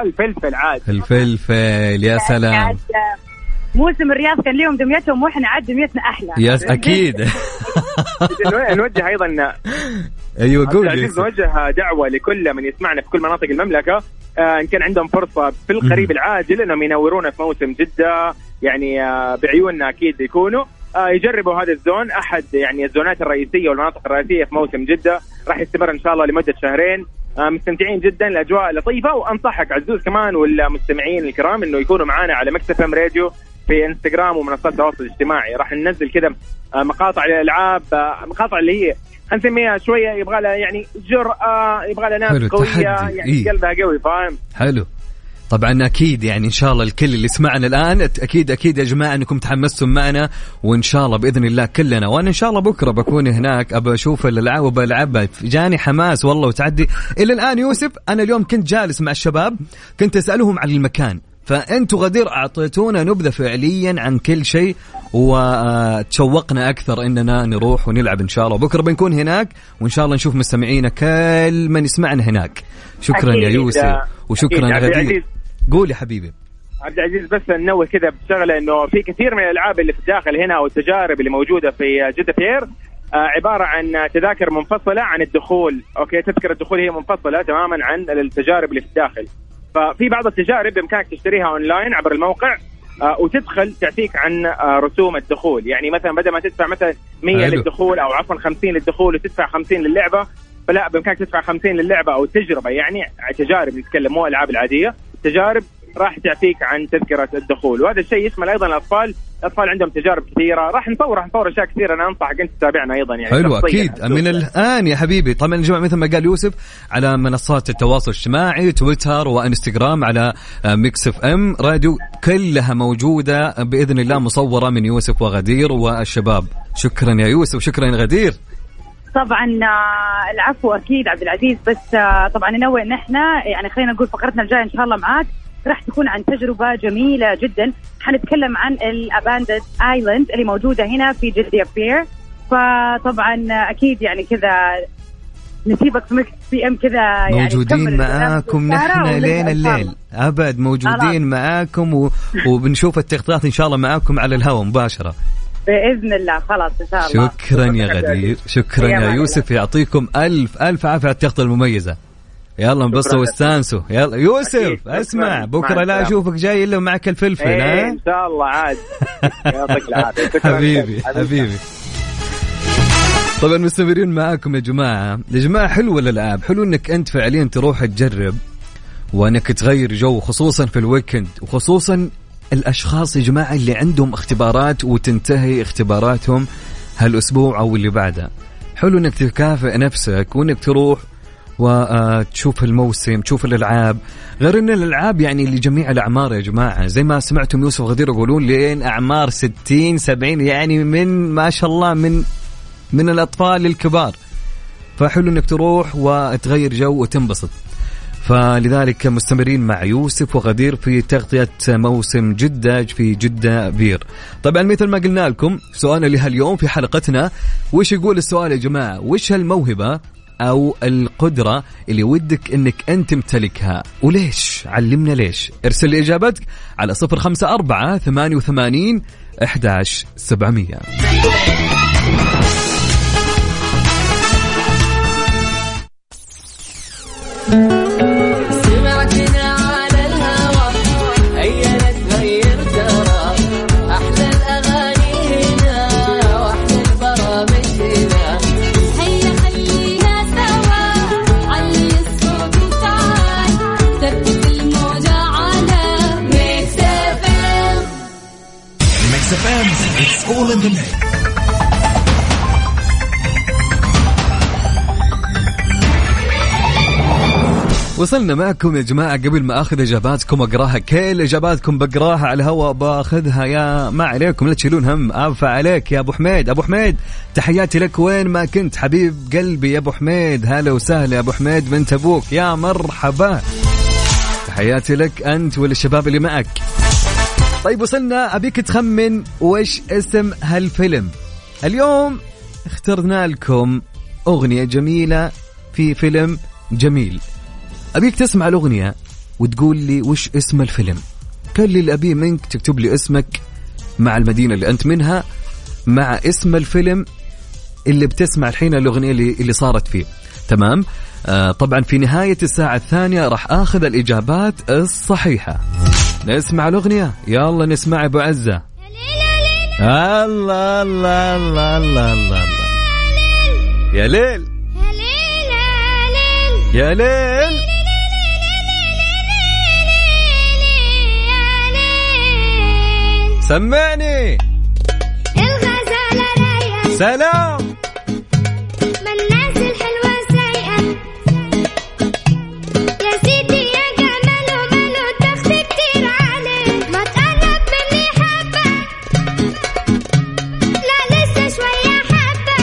الفلفل يا سلام. موسم الرياض كان لهم دميتهم واحنا عاد دميتنا احلى. يس اكيد. نوجه ايضا ايوه قول. نوجه دعوه لكل من يسمعنا في كل مناطق المملكه ان كان عندهم فرصه في القريب العاجل انهم ينورونا في موسم جده يعني بعيوننا اكيد يكونوا يجربوا هذا الزون. احد يعني الزونات الرئيسيه والمناطق الرئيسيه في موسم جده راح يستمر ان شاء الله لمده 2 شهرين. مستمتعين جدا الاجواء لطيفه. وانصحك عزوز كمان والمستمعين الكرام انه يكونوا معنا على ميكس اف ام راديو في انستغرام ومنصات التواصل الاجتماعي. راح ننزل كذا مقاطع للالعاب مقاطع اللي هي هنسميها شويه يبغى لها يعني جرأة يبغى لها ناس قويه يعني قلبها قوي فاهم. حلو طبعا اكيد يعني ان شاء الله الكل اللي سمعنا الان اكيد يا جماعه انكم تحمستم معنا وان شاء الله باذن الله كلنا. وانا ان شاء الله بكره بكون هناك ابى اشوف الالعاب وبلعبها. جاني حماس والله وتعدي الى الان. يوسف انا اليوم كنت جالس مع الشباب كنت اسالهم عن المكان فأنتوا غدير أعطيتونا نبذة فعليا عن كل شيء وتشوقنا أكثر إننا نروح ونلعب إن شاء الله. بكرة بنكون هناك وإن شاء الله نشوف مستمعينا كل من يسمعنا هناك. شكرا يا يوسف وشكرا غدير. قول يا حبيبي. عبد العزيز بس ننوه كذا بشغله انه في كثير من الالعاب اللي في الداخل هنا والتجارب اللي موجوده في جدة بيير عباره عن تذاكر منفصله عن الدخول. اوكي تذكره الدخول هي منفصله تماما عن التجارب اللي في الداخل. ففي بعض التجارب بامكانك تشتريها اونلاين عبر الموقع وتدخل تعطيك عن رسوم الدخول. يعني مثلا بدل ما تدفع مثلا 100 للدخول او عفوا 50 للدخول وتدفع 50 للعبه فلا بامكانك تدفع 50 للعبه او التجربه. يعني تجارب نتكلم مو العاب العاديه تجارب راح تعطيك عن تذكرة الدخول. وهذا الشيء يشمل أيضا الأطفال عندهم تجارب كثيرة. راح نطور أشياء كثيرة. أنا أنصحك أنت تتابعنا أيضا يعني. حلو أكيد من الآن يا حبيبي. طبعا الجماعة مثل ما قال يوسف على منصات التواصل الاجتماعي تويتر وإنستغرام على ميكس اف ام راديو كلها موجودة بإذن الله مصورة من يوسف وغدير والشباب. شكرا يا يوسف وشكرا غدير. طبعا العفو أكيد عبد العزيز. بس طبعا ننوه إن إحنا يعني خلينا نقول فقرتنا الجاية إن شاء الله معاك راح تكون عن تجربة جميلة جدا. حنتكلم عن الأباندد آيلاند اللي موجودة هنا في جدة بيير. فطبعا أكيد يعني كذا نسيبك في ميكس بي ام كذا يعني موجودين معاكم نحن لين الليل أبد موجودين معاكم وبنشوف التغطيات إن شاء الله معاكم على الهواء مباشرة بإذن الله. خلاص إن شاء الله. شكرا يا غدير. شكرا يا يوسف. يعطيكم ألف عافية على التغطية المميزة. يلا انبسطوا واستانسوا. يلا يوسف اسمع بكره لا اشوفك جاي الا معك الفلفل. ان شاء الله عاد. يعطيك العافيه. حبيبي. طبعا مستمرين معاكم يا جماعه. حلوه الالعاب. حلو انك انت فعليا تروح تجرب وانك تغير جو خصوصا في الويكند وخصوصا الاشخاص يا جماعه اللي عندهم اختبارات وتنتهي اختباراتهم هالاسبوع او اللي بعده. حلو انك تكافئ نفسك وانك تروح وتشوف الموسم تشوف الألعاب. غير أن الألعاب يعني لجميع الأعمار يا جماعة زي ما سمعتم يوسف غدير يقولون لين أعمار 60-70 يعني من ما شاء الله من الأطفال للكبار. فحلو أنك تروح وتغير جو وتنبسط. فلذلك مستمرين مع يوسف وغدير في تغطية موسم جدة في جدة بير. طبعا مثل ما قلنا لكم سؤالنا لهاليوم في حلقتنا، وش يقول السؤال يا جماعة؟ وش هالموهبة أو القدرة اللي ودك أنك أنت تمتلكها وليش؟ علمنا ليش. ارسل لي إجابتك على 0548811700. It's all in the mix. وصلنا معكم يا جماعة. قبل ما أخذ إجاباتكم أقراها، كل إجاباتكم بقراها على الهواء باخذها، يا ما عليكم لا تشيلون هم. أعفى عليك يا أبو حميد. أبو حميد تحياتي لك وين ما كنت، حبيب قلبي يا أبو حميد. هلا وسهلا يا أبو حميد بنت أبوك، يا مرحبا. تحياتي لك أنت والشباب اللي معك. طيب وصلنا، أبيك تخمن وش اسم هالفيلم. اليوم اخترنا لكم أغنية جميلة في فيلم جميل. أبيك تسمع الأغنية وتقول لي وش اسم الفيلم. كل اللي أبيه منك تكتب لي اسمك مع المدينة اللي أنت منها مع اسم الفيلم اللي بتسمع الحين الأغنية اللي صارت فيه. تمام؟ طبعا في نهاية الساعة الثانية راح آخذ الإجابات الصحيحة. نسمع الأغنية، يلا نسمع أبو عزة. الله الله الله الله الله يا ليل يا ليل سمعني الغزالة رايقة سلام من الناس الحلوة سايقة يا سيدي يا جمال وماله الضغط كتير عليك ما تقرب مني حبة لا لسه شوية حبة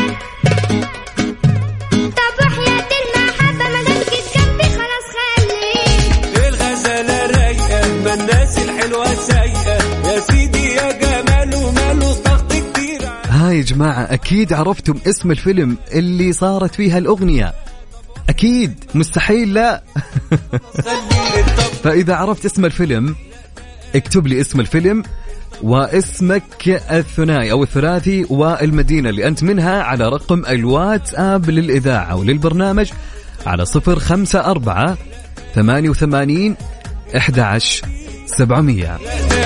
طب وحياة المحبة ما دام جيت جنبي خلاص خليك الغزالة رايقة من الناس الحلوة سايقة يا سيدي يا جمال وماله الضغط كتير. هاي يا جماعة أكيد عرفتم اسم الفيلم اللي صارت فيها الأغنية، أكيد مستحيل لا. فإذا عرفت اسم الفيلم اكتب لي اسم الفيلم واسمك الثنائي أو الثلاثي والمدينة اللي أنت منها على رقم الواتساب للإذاعة وللبرنامج على 0548811700.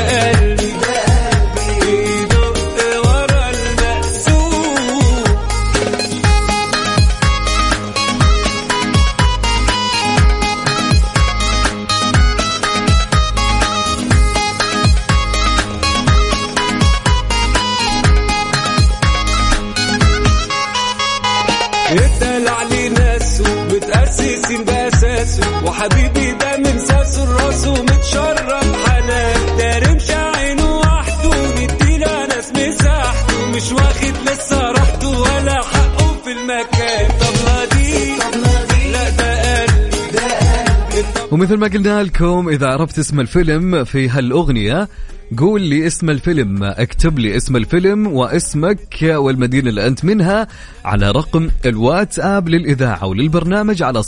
يدلع لي ناس متأسسين بأساسه وحبيبي ده من ساسه الراس ومتشرب حنان دارم شاعينه وحده نديله ناس مساحته مش واخد لسه راحته ولا حقه في المكان. طبلا دي لا ده قلبي. ومثل ما قلنا لكم إذا عرفت اسم الفيلم في هالأغنية قول لي اسم الفيلم، اكتب لي اسم الفيلم واسمك والمدينة اللي أنت منها على رقم الواتساب للإذاعة وللبرنامج على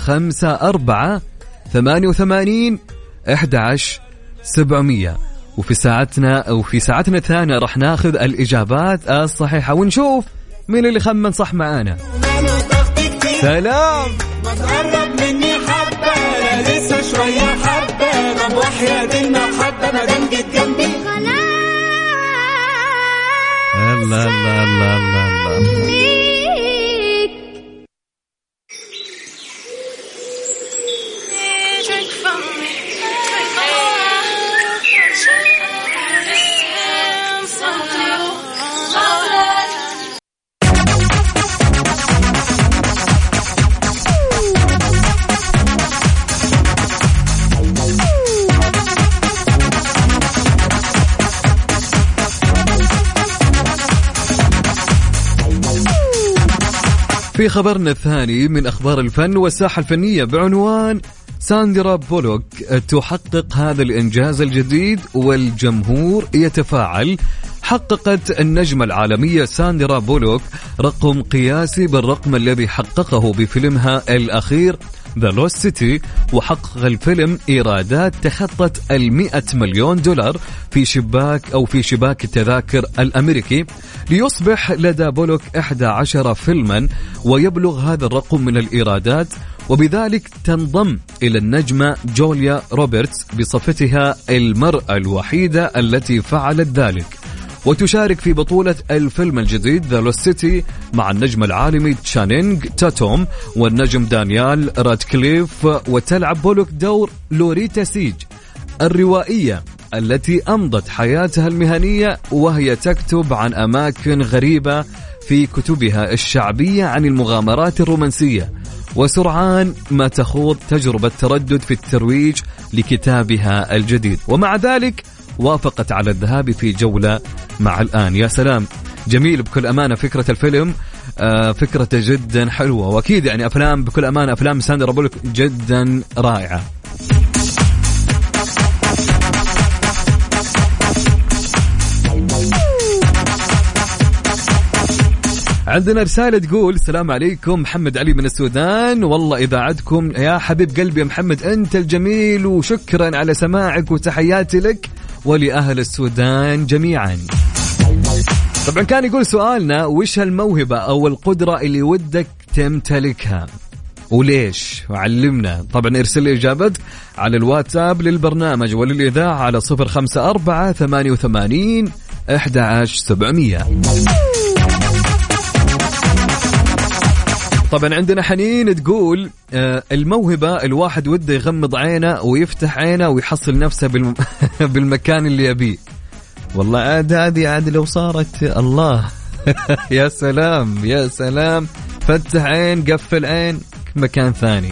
0548811700. وفي ساعتنا الثانية راح ناخذ الإجابات الصحيحة ونشوف مين اللي خمن صح معانا. سلام ما تقرب مني حبة لا لسه شوية حبة طب وحياة المحبة ما دام جيت جنبي خلاص الله الله الله الله الله. في خبرنا الثاني من أخبار الفن والساحة الفنية بعنوان ساندرا بولوك تحقق هذا الإنجاز الجديد والجمهور يتفاعل. حققت النجمة العالمية ساندرا بولوك رقم قياسي بالرقم الذي حققه بفيلمها الأخير The Lost City، وحقق الفيلم إيرادات تخطت $100 مليون في شباك التذاكر الأمريكي، ليصبح لدى بولوك 11 فيلما ويبلغ هذا الرقم من الإيرادات، وبذلك تنضم إلى النجمة جوليا روبرتس بصفتها المرأة الوحيدة التي فعلت ذلك. وتشارك في بطولة الفيلم الجديد The Lost City مع النجم العالمي تشانينغ تاتوم والنجم دانيال رادكليف، وتلعب بولوك دور لوريتا سيج الروائية التي أمضت حياتها المهنية وهي تكتب عن أماكن غريبة في كتبها الشعبية عن المغامرات الرومانسية، وسرعان ما تخوض تجربة تردد في الترويج لكتابها الجديد، ومع ذلك وافقت على الذهاب في جولة مع الآن. يا سلام، جميل بكل أمانة فكرة الفيلم، فكرة جدا حلوة، وأكيد يعني أفلام بكل أمانة أفلام ساندرا بولوك جدا رائعة. عندنا رسالة تقول السلام عليكم، محمد علي من السودان، والله إذاعتكم يا حبيب قلبي يا محمد أنت الجميل، وشكرا على سماعك وتحياتي لك ولأهل السودان جميعا. طبعا كان يقول سؤالنا وش هالموهبة أو القدرة اللي ودك تمتلكها وليش؟ وعلمنا. طبعا ارسل لي إجابتك على الواتساب للبرنامج وللإذاعة على 0548811700. طبعا عندنا حنين تقول الموهبة الواحد وده يغمض عينه ويفتح عينه ويحصل نفسه بالمكان اللي يبيه. والله عادي لو صارت الله يا سلام يا سلام، فتح عين قفل عين مكان ثاني.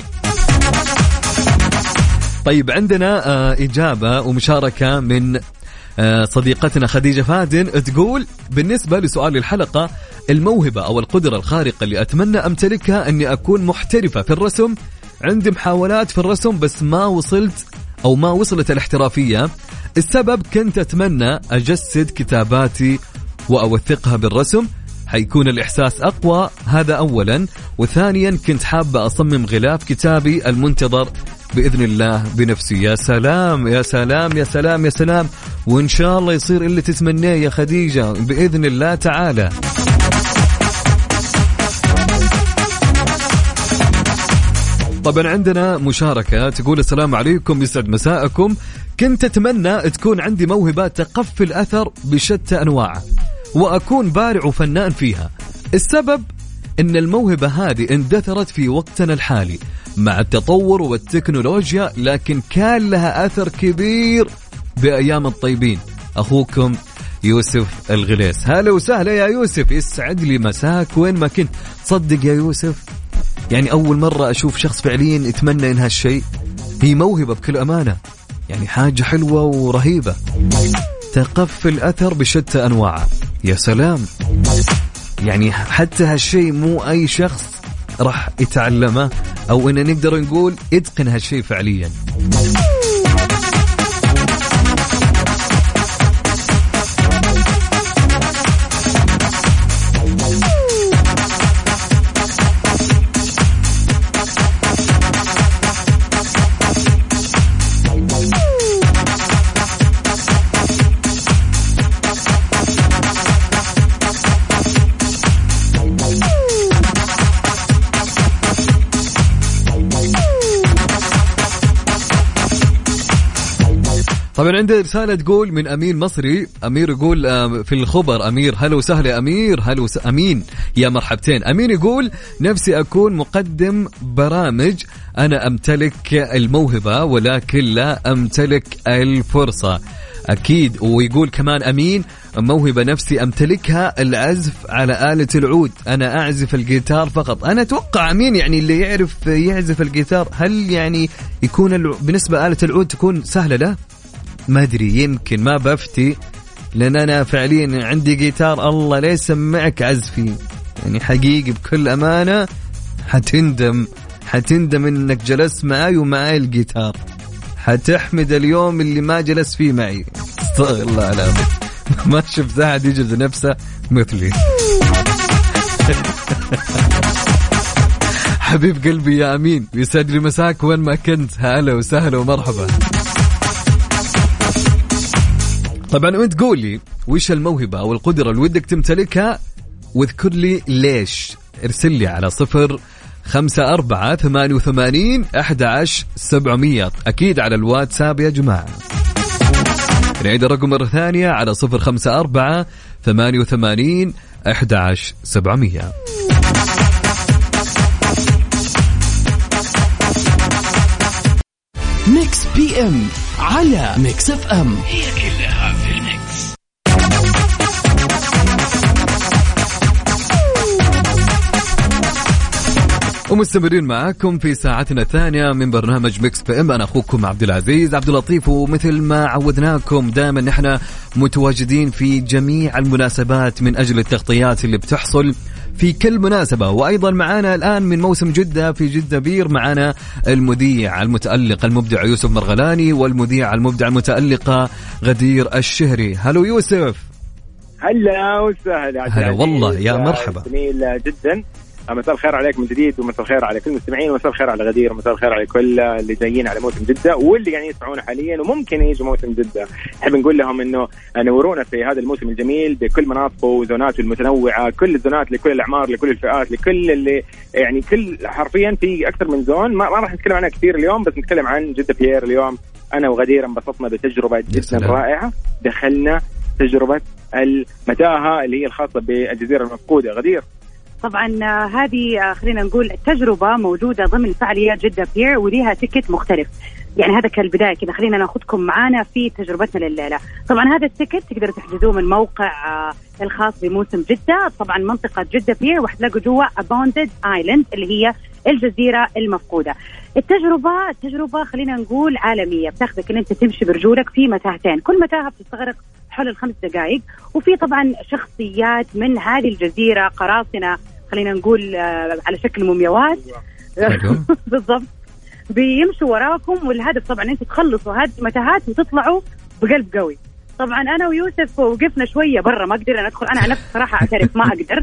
طيب عندنا إجابة ومشاركة من صديقتنا خديجة فادن تقول بالنسبة لسؤال الحلقة الموهبة أو القدرة الخارقة اللي أتمنى أمتلكها أني أكون محترفة في الرسم. عندي محاولات في الرسم بس ما وصلت الاحترافية. السبب كنت أتمنى أجسد كتاباتي وأوثقها بالرسم، حيكون الإحساس أقوى، هذا أولا. وثانيا كنت حابة أصمم غلاف كتابي المنتظر بإذن الله بنفسي. يا سلام يا سلام يا سلام يا سلام، وإن شاء الله يصير اللي تتمنيه يا خديجة بإذن الله تعالى. طبعا عندنا مشاركة تقول السلام عليكم يسعد مساءكم، كنت أتمنى تكون عندي موهبة تقفي الأثر بشتى أنواعه وأكون بارع وفنان فيها. السبب إن الموهبة هذه اندثرت في وقتنا الحالي مع التطور والتكنولوجيا، لكن كان لها أثر كبير بأيام الطيبين. أخوكم يوسف الغليس. هلا وسهلا يا يوسف، يسعد لي مساك وين ما كنت. تصدق يا يوسف يعني أول مرة أشوف شخص فعليا يتمنى إن هالشيء، هي موهبة بكل أمانة، يعني حاجة حلوة ورهيبة، تقفي الأثر بشتى أنواعه. يا سلام، يعني حتى هالشيء مو أي شخص راح يتعلمه أو إن نقدر نقول يتقن هالشيء فعليا. طبعا عندي رسالة تقول من أمين مصري. أمير يقول في الخبر. أمير هلا وسهلا يا أمير. هلا أمين يا مرحبتين. أمين يقول نفسي أكون مقدم برامج. أنا أمتلك الموهبة ولكن لا أمتلك الفرصة. أكيد. ويقول كمان أمين موهبة نفسي أمتلكها العزف على آلة العود. أنا أعزف الجيتار فقط. أنا أتوقع أمين يعني اللي يعرف يعزف الجيتار هل يعني يكون بالنسبة آلة العود تكون سهلة له؟ ما أدري، يمكن ما بفتي، لأن أنا فعليا عندي جيتار الله لا يسمعك عزفي، يعني حقيقي بكل أمانة حتندم حتندم انك جلست معي ومعي الجيتار، حتحمد اليوم اللي ما جلس فيه معي. استغفر الله العظيم، ما شفت أحد يجلس نفسه مثلي. حبيب قلبي يا أمين، يسعد لي مساك وين ما كنت. هلا وسهلا ومرحبا. طبعا وانت قولي وش الموهبة أو القدرة اللي ودك تمتلكها واذكر لي ليش. ارسل لي على 0548811700 أكيد على الواتساب يا جماعة. نعيد الرقم مرة ثانية على 0548811700. ميكس بي ام على ميكس اف ام، هي كلها في الميكس. ومستمرين معاكم في ساعتنا الثانية من برنامج ميكس بي ام. أنا أخوكم عبد العزيز عبد اللطيف، ومثل ما عودناكم دائما نحن متواجدين في جميع المناسبات من أجل التغطيات اللي بتحصل في كل مناسبة. وأيضا معنا الآن من موسم جدة في جدة بير معنا المذيع المتألق المبدع يوسف مرغلاني والمذيع المبدع المتألقة غدير الشهري. هلو يوسف. هلا وسهلا. هلا والله يا مرحبا. جميل جدا. مساء الخير عليك من جديد، ومساء الخير على كل المستمعين، ومساء الخير على غدير، ومساء الخير على كل اللي جايين على موسم جدة واللي قاعدين يسمعونا حاليا وممكن يجوا موسم جدة. نحب نقول لهم انه نورونا في هذا الموسم الجميل بكل مناطقه وزوناته المتنوعة، كل الزونات لكل الاعمار لكل الفئات لكل اللي يعني كل حرفيا في اكثر من زون. ما راح نتكلم عنها كثير اليوم، بس نتكلم عن جدة بير اليوم. انا وغدير انبسطنا بتجربة جدا رائعة. دخلنا تجربة المتاهة اللي هي الخاصة بالجزيرة المفقودة. غدير طبعا هذه خلينا نقول التجربة موجودة ضمن فعاليات جدة بير وليها تيكت مختلف. يعني هذا كالبداية كذا خلينا ناخذكم معانا في تجربتنا لليلة. طبعا هذا التيكت تقدروا تحجزوه من موقع الخاص بموسم جدة، طبعا منطقة جدة بير، وحتلاقوا جوا Abandoned Island اللي هي الجزيرة المفقودة. التجربة خلينا نقول عالمية، بتاخذك ان انت تمشي برجولك في متاهتين، كل متاهة بتستغرق حول 5 دقائق، وفي طبعا شخصيات من هذه الجزيرة، قراصنة خلينا نقول على شكل مومياوات بالضبط، بيمشوا وراكم. والهدف طبعا انتم تخلصوا هذه المتاهات وتطلعوا بقلب قوي. طبعا انا ويوسف وقفنا شوية برا، ما قدرنا ندخل. انا نفسي صراحة اعترف ما اقدر،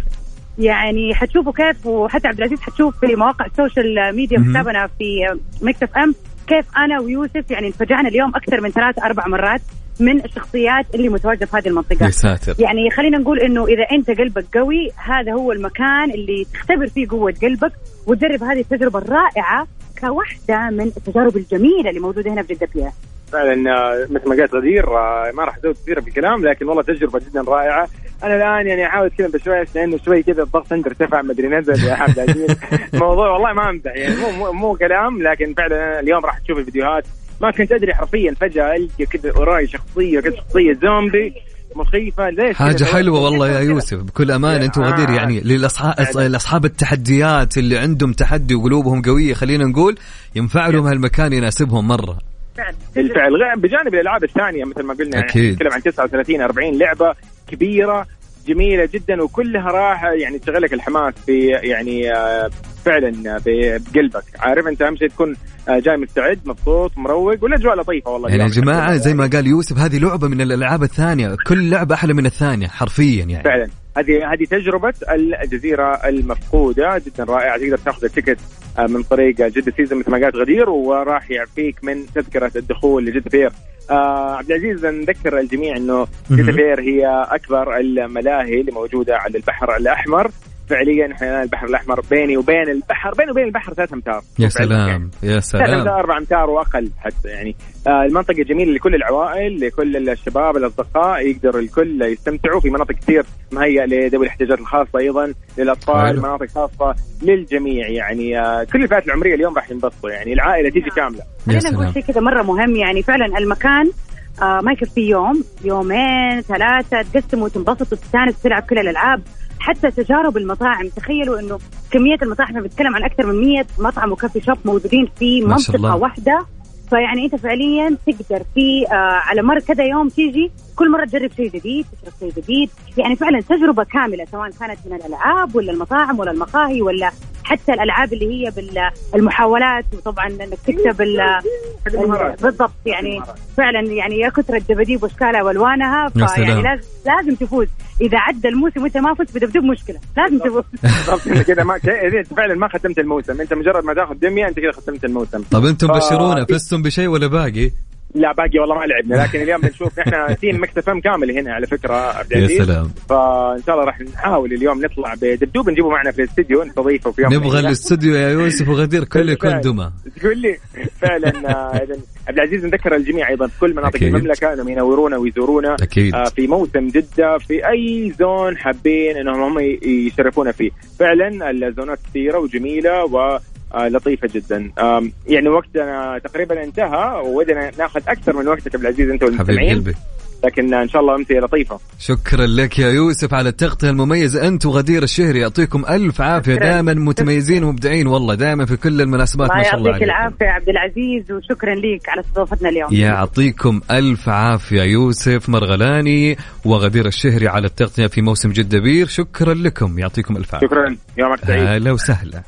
يعني حتشوفوا كيف، وحتى عبد العزيز حتشوف في مواقع السوشيال ميديا حسابنا في ميكس اف ام كيف انا ويوسف يعني انفجعنا اليوم اكثر من 3-4 مرات من الشخصيات اللي متواجدة في هذه المنطقة. يعني خلينا نقول انه اذا انت قلبك قوي هذا هو المكان اللي تختبر فيه قوة قلبك وتجرب هذه التجربة الرائعة كواحدة من التجارب الجميلة اللي موجودة هنا في جدة بير. فعلا مثل ما قالت غدير ما راح ازود كثير بالكلام، لكن والله تجربة جدا رائعة. انا الان يعني احاول اتكلم بشويش لانه شوي كذا الضغط عندي ارتفع مدري نزل يا عبد العزيز. الموضوع والله ما امزح يعني، مو كلام، لكن فعلا اليوم راح تشوف الفيديوهات ما كنت ادري حرفيا فجأة القى كذا وراي شخصية زومبي مخيفة. ليش حاجة حلوة والله يا يوسف بكل أمان. أنتوا غدير يعني للأصحاب التحديات اللي عندهم تحدي وقلوبهم قوية خلينا نقول ينفع لهم هالمكان يناسبهم مرة بالفعل. بجانب الألعاب الثانية مثل ما قلنا يعني نتكلم عن 39-40 لعبة كبيرة جميلة جدا وكلها راح يعني تشغلك الحماس في يعني فعلا بقلبك. عارف انت اهم شيء تكون جاي مستعد مبسوط مروق والاجواء لطيفه والله. يعني يا جماعه زي ما قال يوسف هذه لعبه من الالعاب الثانيه، كل لعبه احلى من الثانيه حرفيا يعني. فعلا هذه تجربه الجزيره المفقوده جدا رائعه. تقدر تاخذ التيكت من طريق جدة سيزن مثل ما قالت غدير، وراح يعفيك من تذكره الدخول لجدة بير. عبد العزيز نذكر الجميع انه جدة بير هي اكبر الملاهي اللي موجوده على البحر الاحمر. فعليا احنا البحر الاحمر بيني وبين البحر 3 أمتار. يا سلام يا سلام، 3 أمتار 4 أمتار واقل حتى يعني. المنطقه جميله لكل العوائل، لكل الشباب الاصدقاء، يقدر الكل يستمتعوا في مناطق كثير مهيئه لذوي الاحتياجات الخاصه، ايضا للاطفال مناطق خاصه للجميع يعني. كل الفئات العمريه اليوم راح ينبسطوا يعني، العائله تيجي كامله. خلينا نقول شيء كذا مره مهم يعني، فعلا المكان ما يكفي يوم 2-3 تقسموا وتنبسطوا وتستانسوا تلعب كل الالعاب. حتى تجارب المطاعم، تخيلوا انه كميه المطاعم بنتكلم عن اكثر من 100 مطعم وكافي شوب موجودين في منطقه واحده. فيعني انت فعليا تقدر في على مر كذا يوم تيجي كل مره تجرب شيء جديد، تشرب شيء جديد، يعني فعلا تجربه كامله سواء كانت من الالعاب ولا المطاعم ولا المقاهي ولا حتى الألعاب اللي هي بالمحاولات، وطبعا انك تكتب بالضبط يعني فعلا يعني يا كثرة الدباديب واشكالها والوانها، فيعني لازم تفوز. اذا عدى الموسم وانت ما فزت بدبدوب مشكله، لازم تفوز. بالضبط كده، ما انت فعلا ما ختمت الموسم، انت مجرد ما تاخذ دميه انت كده ختمت الموسم. طب انتم بشرونا فزتم بشيء ولا باقي؟ لا باقي والله ما لعبنا، لكن اليوم بنشوف احنا تيم مكس اف ام كامل هنا على فكره عبد العزيز. يا سلام. فان شاء الله راح نحاول اليوم نطلع بدبدوب نجيبه معنا في الاستديو نستضيفه في يوم. نبغى الاستوديو يا يوسف وغدير كله يكون دمى. تقول لي فعلا. اذا عبد العزيز نذكر الجميع ايضا في كل مناطق المملكه انهم ينورونا ويزورونا في موسم جده، في اي زون حابين انهم هم يشرفونا فيه. فعلا الزونات كثيره وجميله ولطيفه جدا. يعني وقتنا تقريبا انتهى، ودنا ناخذ اكثر من وقتك عبد العزيز انت والمستمعين، لكن ان شاء الله امسيه لطيفه. شكرا لك يا يوسف على التغطيه المميزه، انت وغدير الشهري يعطيكم الف عافيه، دائما متميزين ومبدعين والله، دائما في كل المناسبات ما شاء الله. يعطيك العافيه عبد العزيز، وشكرا لك على استضافتنا اليوم. يعطيكم الف عافيه يوسف مرغلاني وغدير الشهري على التغطيه في موسم جدة بير، شكرا لكم، يعطيكم الف عافيه. شكرا، يومك سعيد. اهلا وسهلا.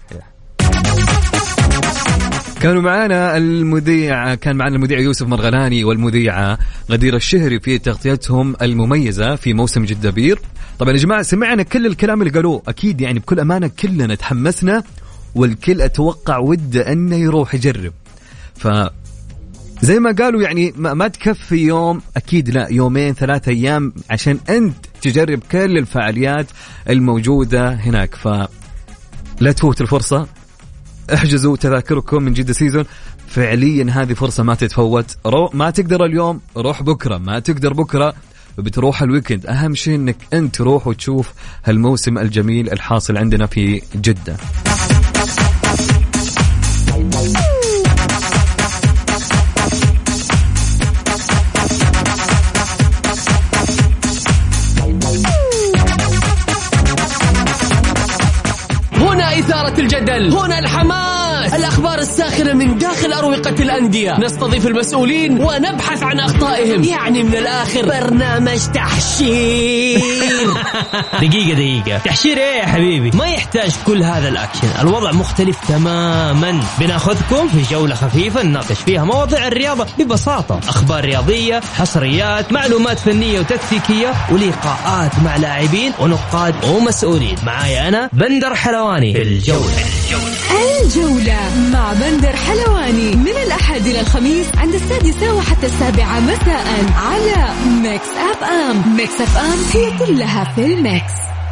كانوا معنا كان معنا المذيع يوسف مرغلاني والمذيعة غدير الشهري في تغطيتهم المميزة في موسم جدة بير. طبعا يا جماعة سمعنا كل الكلام اللي قالوه، أكيد يعني بكل أمانة كلنا تحمسنا، والكل أتوقع وده أنه يروح يجرب. زي ما قالوا يعني ما تكفي يوم، أكيد لا، يومين 3 أيام عشان أنت تجرب كل الفعاليات الموجودة هناك. فلا تفوت الفرصة، احجزوا تذاكركم من جدة سيزون، فعليا هذه فرصة ما تتفوت. ما تقدر اليوم روح بكرة، ما تقدر بكرة بتروح الويكند، أهم شيء أنك أنت تروح وتشوف هالموسم الجميل الحاصل عندنا في جدة. هنا إثارة الجدل، هنا الحماس، الأخبار الساخنة من داخل أروقة الأندية، نستضيف المسؤولين ونبحث عن أخطائهم، يعني من الآخر برنامج تحشير. دقيقة تحشير إيه يا حبيبي؟ ما يحتاج كل هذا الأكشن، الوضع مختلف تماما. بناخذكم في جولة خفيفة نناقش فيها مواضيع الرياضة ببساطة، أخبار رياضية، حصريات، معلومات فنية وتكتيكية، ولقاءات مع لاعبين ونقاد ومسؤولين. معايا أنا بندر حلواني في الجولة مع بندر حلواني من الأحد إلى الخميس عند 6 وحتى 7 مساء على ميكس أف أم. ميكس أف أم هي كلها في الميكس.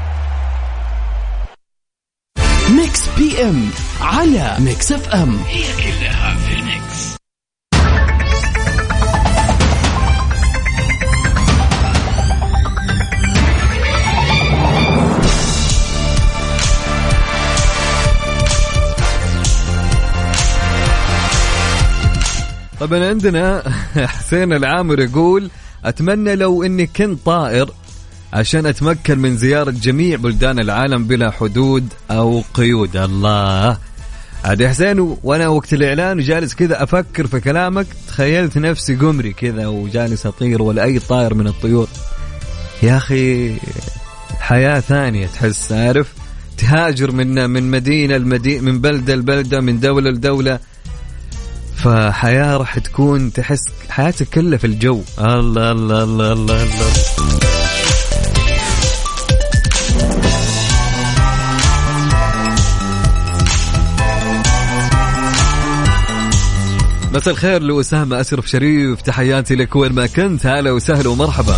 ميكس بي ام على ميكس أف أم، هي كلها في الميكس. طبعا عندنا حسين العامر يقول أتمنى لو أني كنت طائر عشان أتمكن من زيارة جميع بلدان العالم بلا حدود أو قيود. الله عاد حسين، وأنا وقت الإعلان وجالس كذا أفكر في كلامك تخيلت نفسي قمري كذا وجالس أطير ولا أي طائر من الطيور. يا أخي حياة ثانية، تحس عارف تهاجر من مدينة لمدينة، من بلدة لبلدة، من دولة لدولة، فحياة راح تكون تحس حياتك كلها في الجو. الله الله الله الله الله. مساء الخير لأسامة أشرف شريف، تحياتي لك وين ما كنت، هلا وسهلا ومرحبا.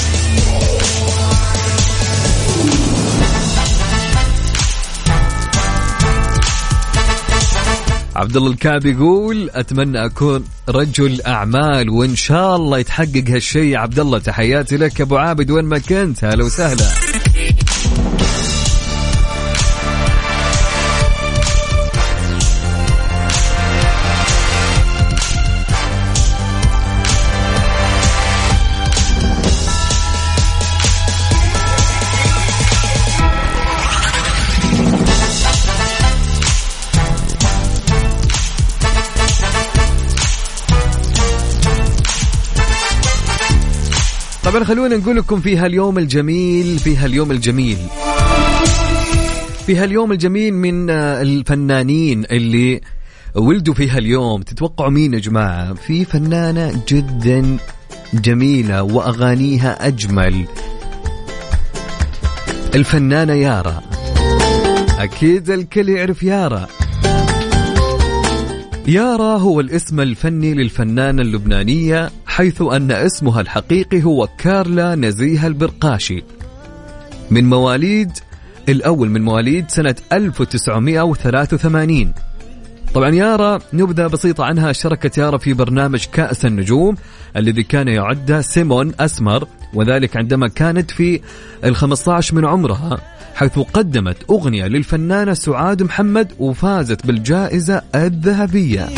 عبد الله الكعب يقول أتمنى أكون رجل أعمال وإن شاء الله يتحقق هالشيء يا عبد الله، تحياتي لك أبو عابد وين ما كنت، هلا وسهلا. طبعا خلونا نقول لكم في هاليوم الجميل في هاليوم الجميل من الفنانين اللي ولدوا في هاليوم، تتوقعوا مين يا جماعة؟ في فنانة جدا جميلة وأغانيها أجمل، الفنانة يارا. أكيد الكل يعرف يارا. يارا هو الاسم الفني للفنانة اللبنانية، حيث أن اسمها الحقيقي هو كارلا نزيه البرقاشي، من مواليد سنة 1983. طبعا يارا نبذة بسيطة عنها: شاركت يارا في برنامج كأس النجوم الذي كان يعد سيمون أسمر، وذلك عندما كانت في 15 من عمرها، حيث قدمت أغنية للفنانة سعاد محمد وفازت بالجائزة الذهبية.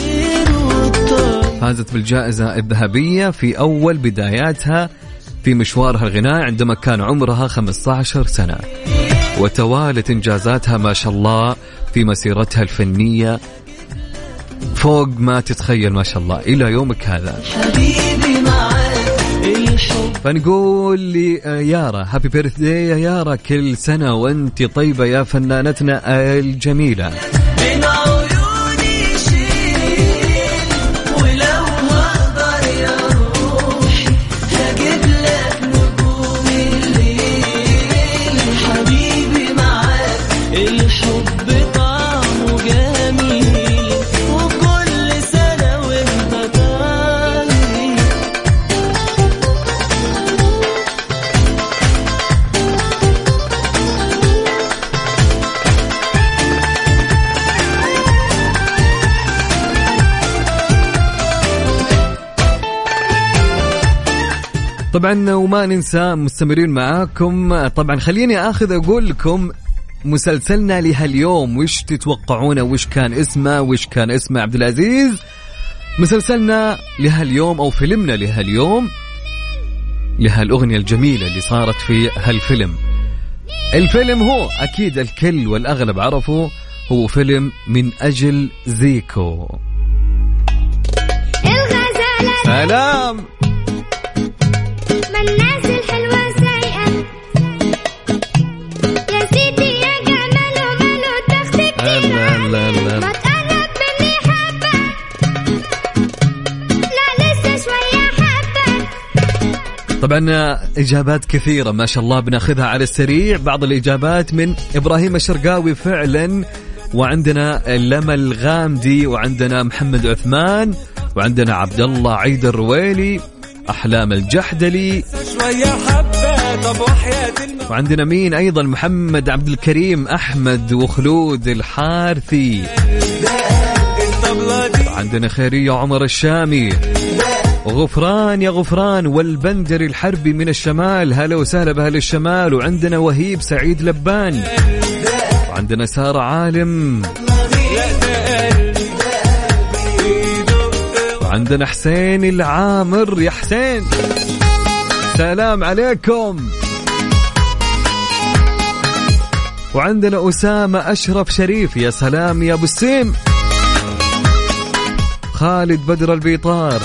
في أول بداياتها في مشوارها الغنائي عندما كان عمرها 15 سنة، وتوالت إنجازاتها ما شاء الله في مسيرتها الفنية فوق ما تتخيل ما شاء الله إلى يومك هذا. فنقول لي يارا هابي بيرثدي يا يارا، كل سنة وانت طيبة يا فنانتنا الجميلة. طبعا وما ننسى مستمرين معاكم. طبعا خليني أقول لكم مسلسلنا لهاليوم، وش تتوقعون وش كان اسمه عبد العزيز؟ مسلسلنا لهاليوم أو فيلمنا لهاليوم لهالأغنية الجميلة اللي صارت في هالفيلم. الفيلم هو أكيد الكل والأغلب عرفوا، هو فيلم من أجل زيكو. سلام الناس الحلوة سايقة يا سيدي يا جمال وماله تاخدك كتير ما تقرب مني حبة، لا لسه شوية حبة. طبعا إجابات كثيرة ما شاء الله بناخذها على السريع. بعض الإجابات من إبراهيم الشرقاوي فعلا، وعندنا لما الغامدي، وعندنا محمد عثمان، وعندنا عبد الله عيد الرويلي، أحلام الجحدلي، وعندنا مين أيضا محمد عبد الكريم أحمد وخلود الحارثي، وعندنا خيرية عمر الشامي، وغفران يا غفران والبندري الحربي من الشمال، هلا وسهلا بأهل الشمال، وعندنا وهيب سعيد لبان، وعندنا سارة عالم، عندنا حسين العامر. يا حسين سلام عليكم. وعندنا أسامة أشرف شريف، يا سلام يا أبو السيم. خالد بدر البيطار،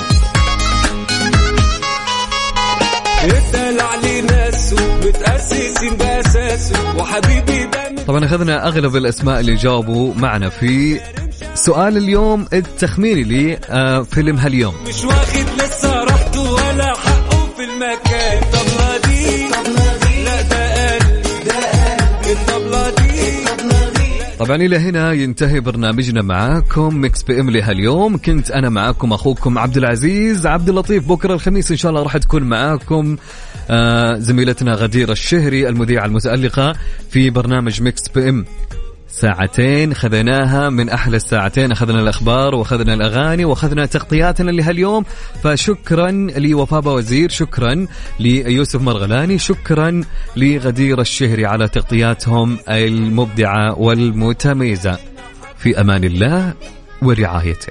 يسأل علي ناس متأسسين بأساسه وحبيبي. طبعا أخذنا أغلب الأسماء اللي جاوبوا معنا في سؤال اليوم التخميني لي فيلم هاليوم. مش واخد لسه راحته ولا حقه في المكان. الطبلة دي لا ده الطبلة دي. طبعا إلى هنا ينتهي برنامجنا معاكم ميكس بي ام لهاليوم. كنت أنا معاكم أخوكم عبد العزيز عبد اللطيف. بكرة الخميس إن شاء الله راح تكون معاكم زميلتنا غدير الشهري المذيعة المتألقة في برنامج ميكس بي ام. ساعتين خذناها من أحلى الساعتين، أخذنا الأخبار وأخذنا الأغاني وأخذنا تغطياتنا لهاليوم. فشكرا لوفاء وزير، شكرا ليوسف مرغلاني، شكرا لغدير الشهري على تغطياتهم المبدعة والمتميزة. في أمان الله ورعايته.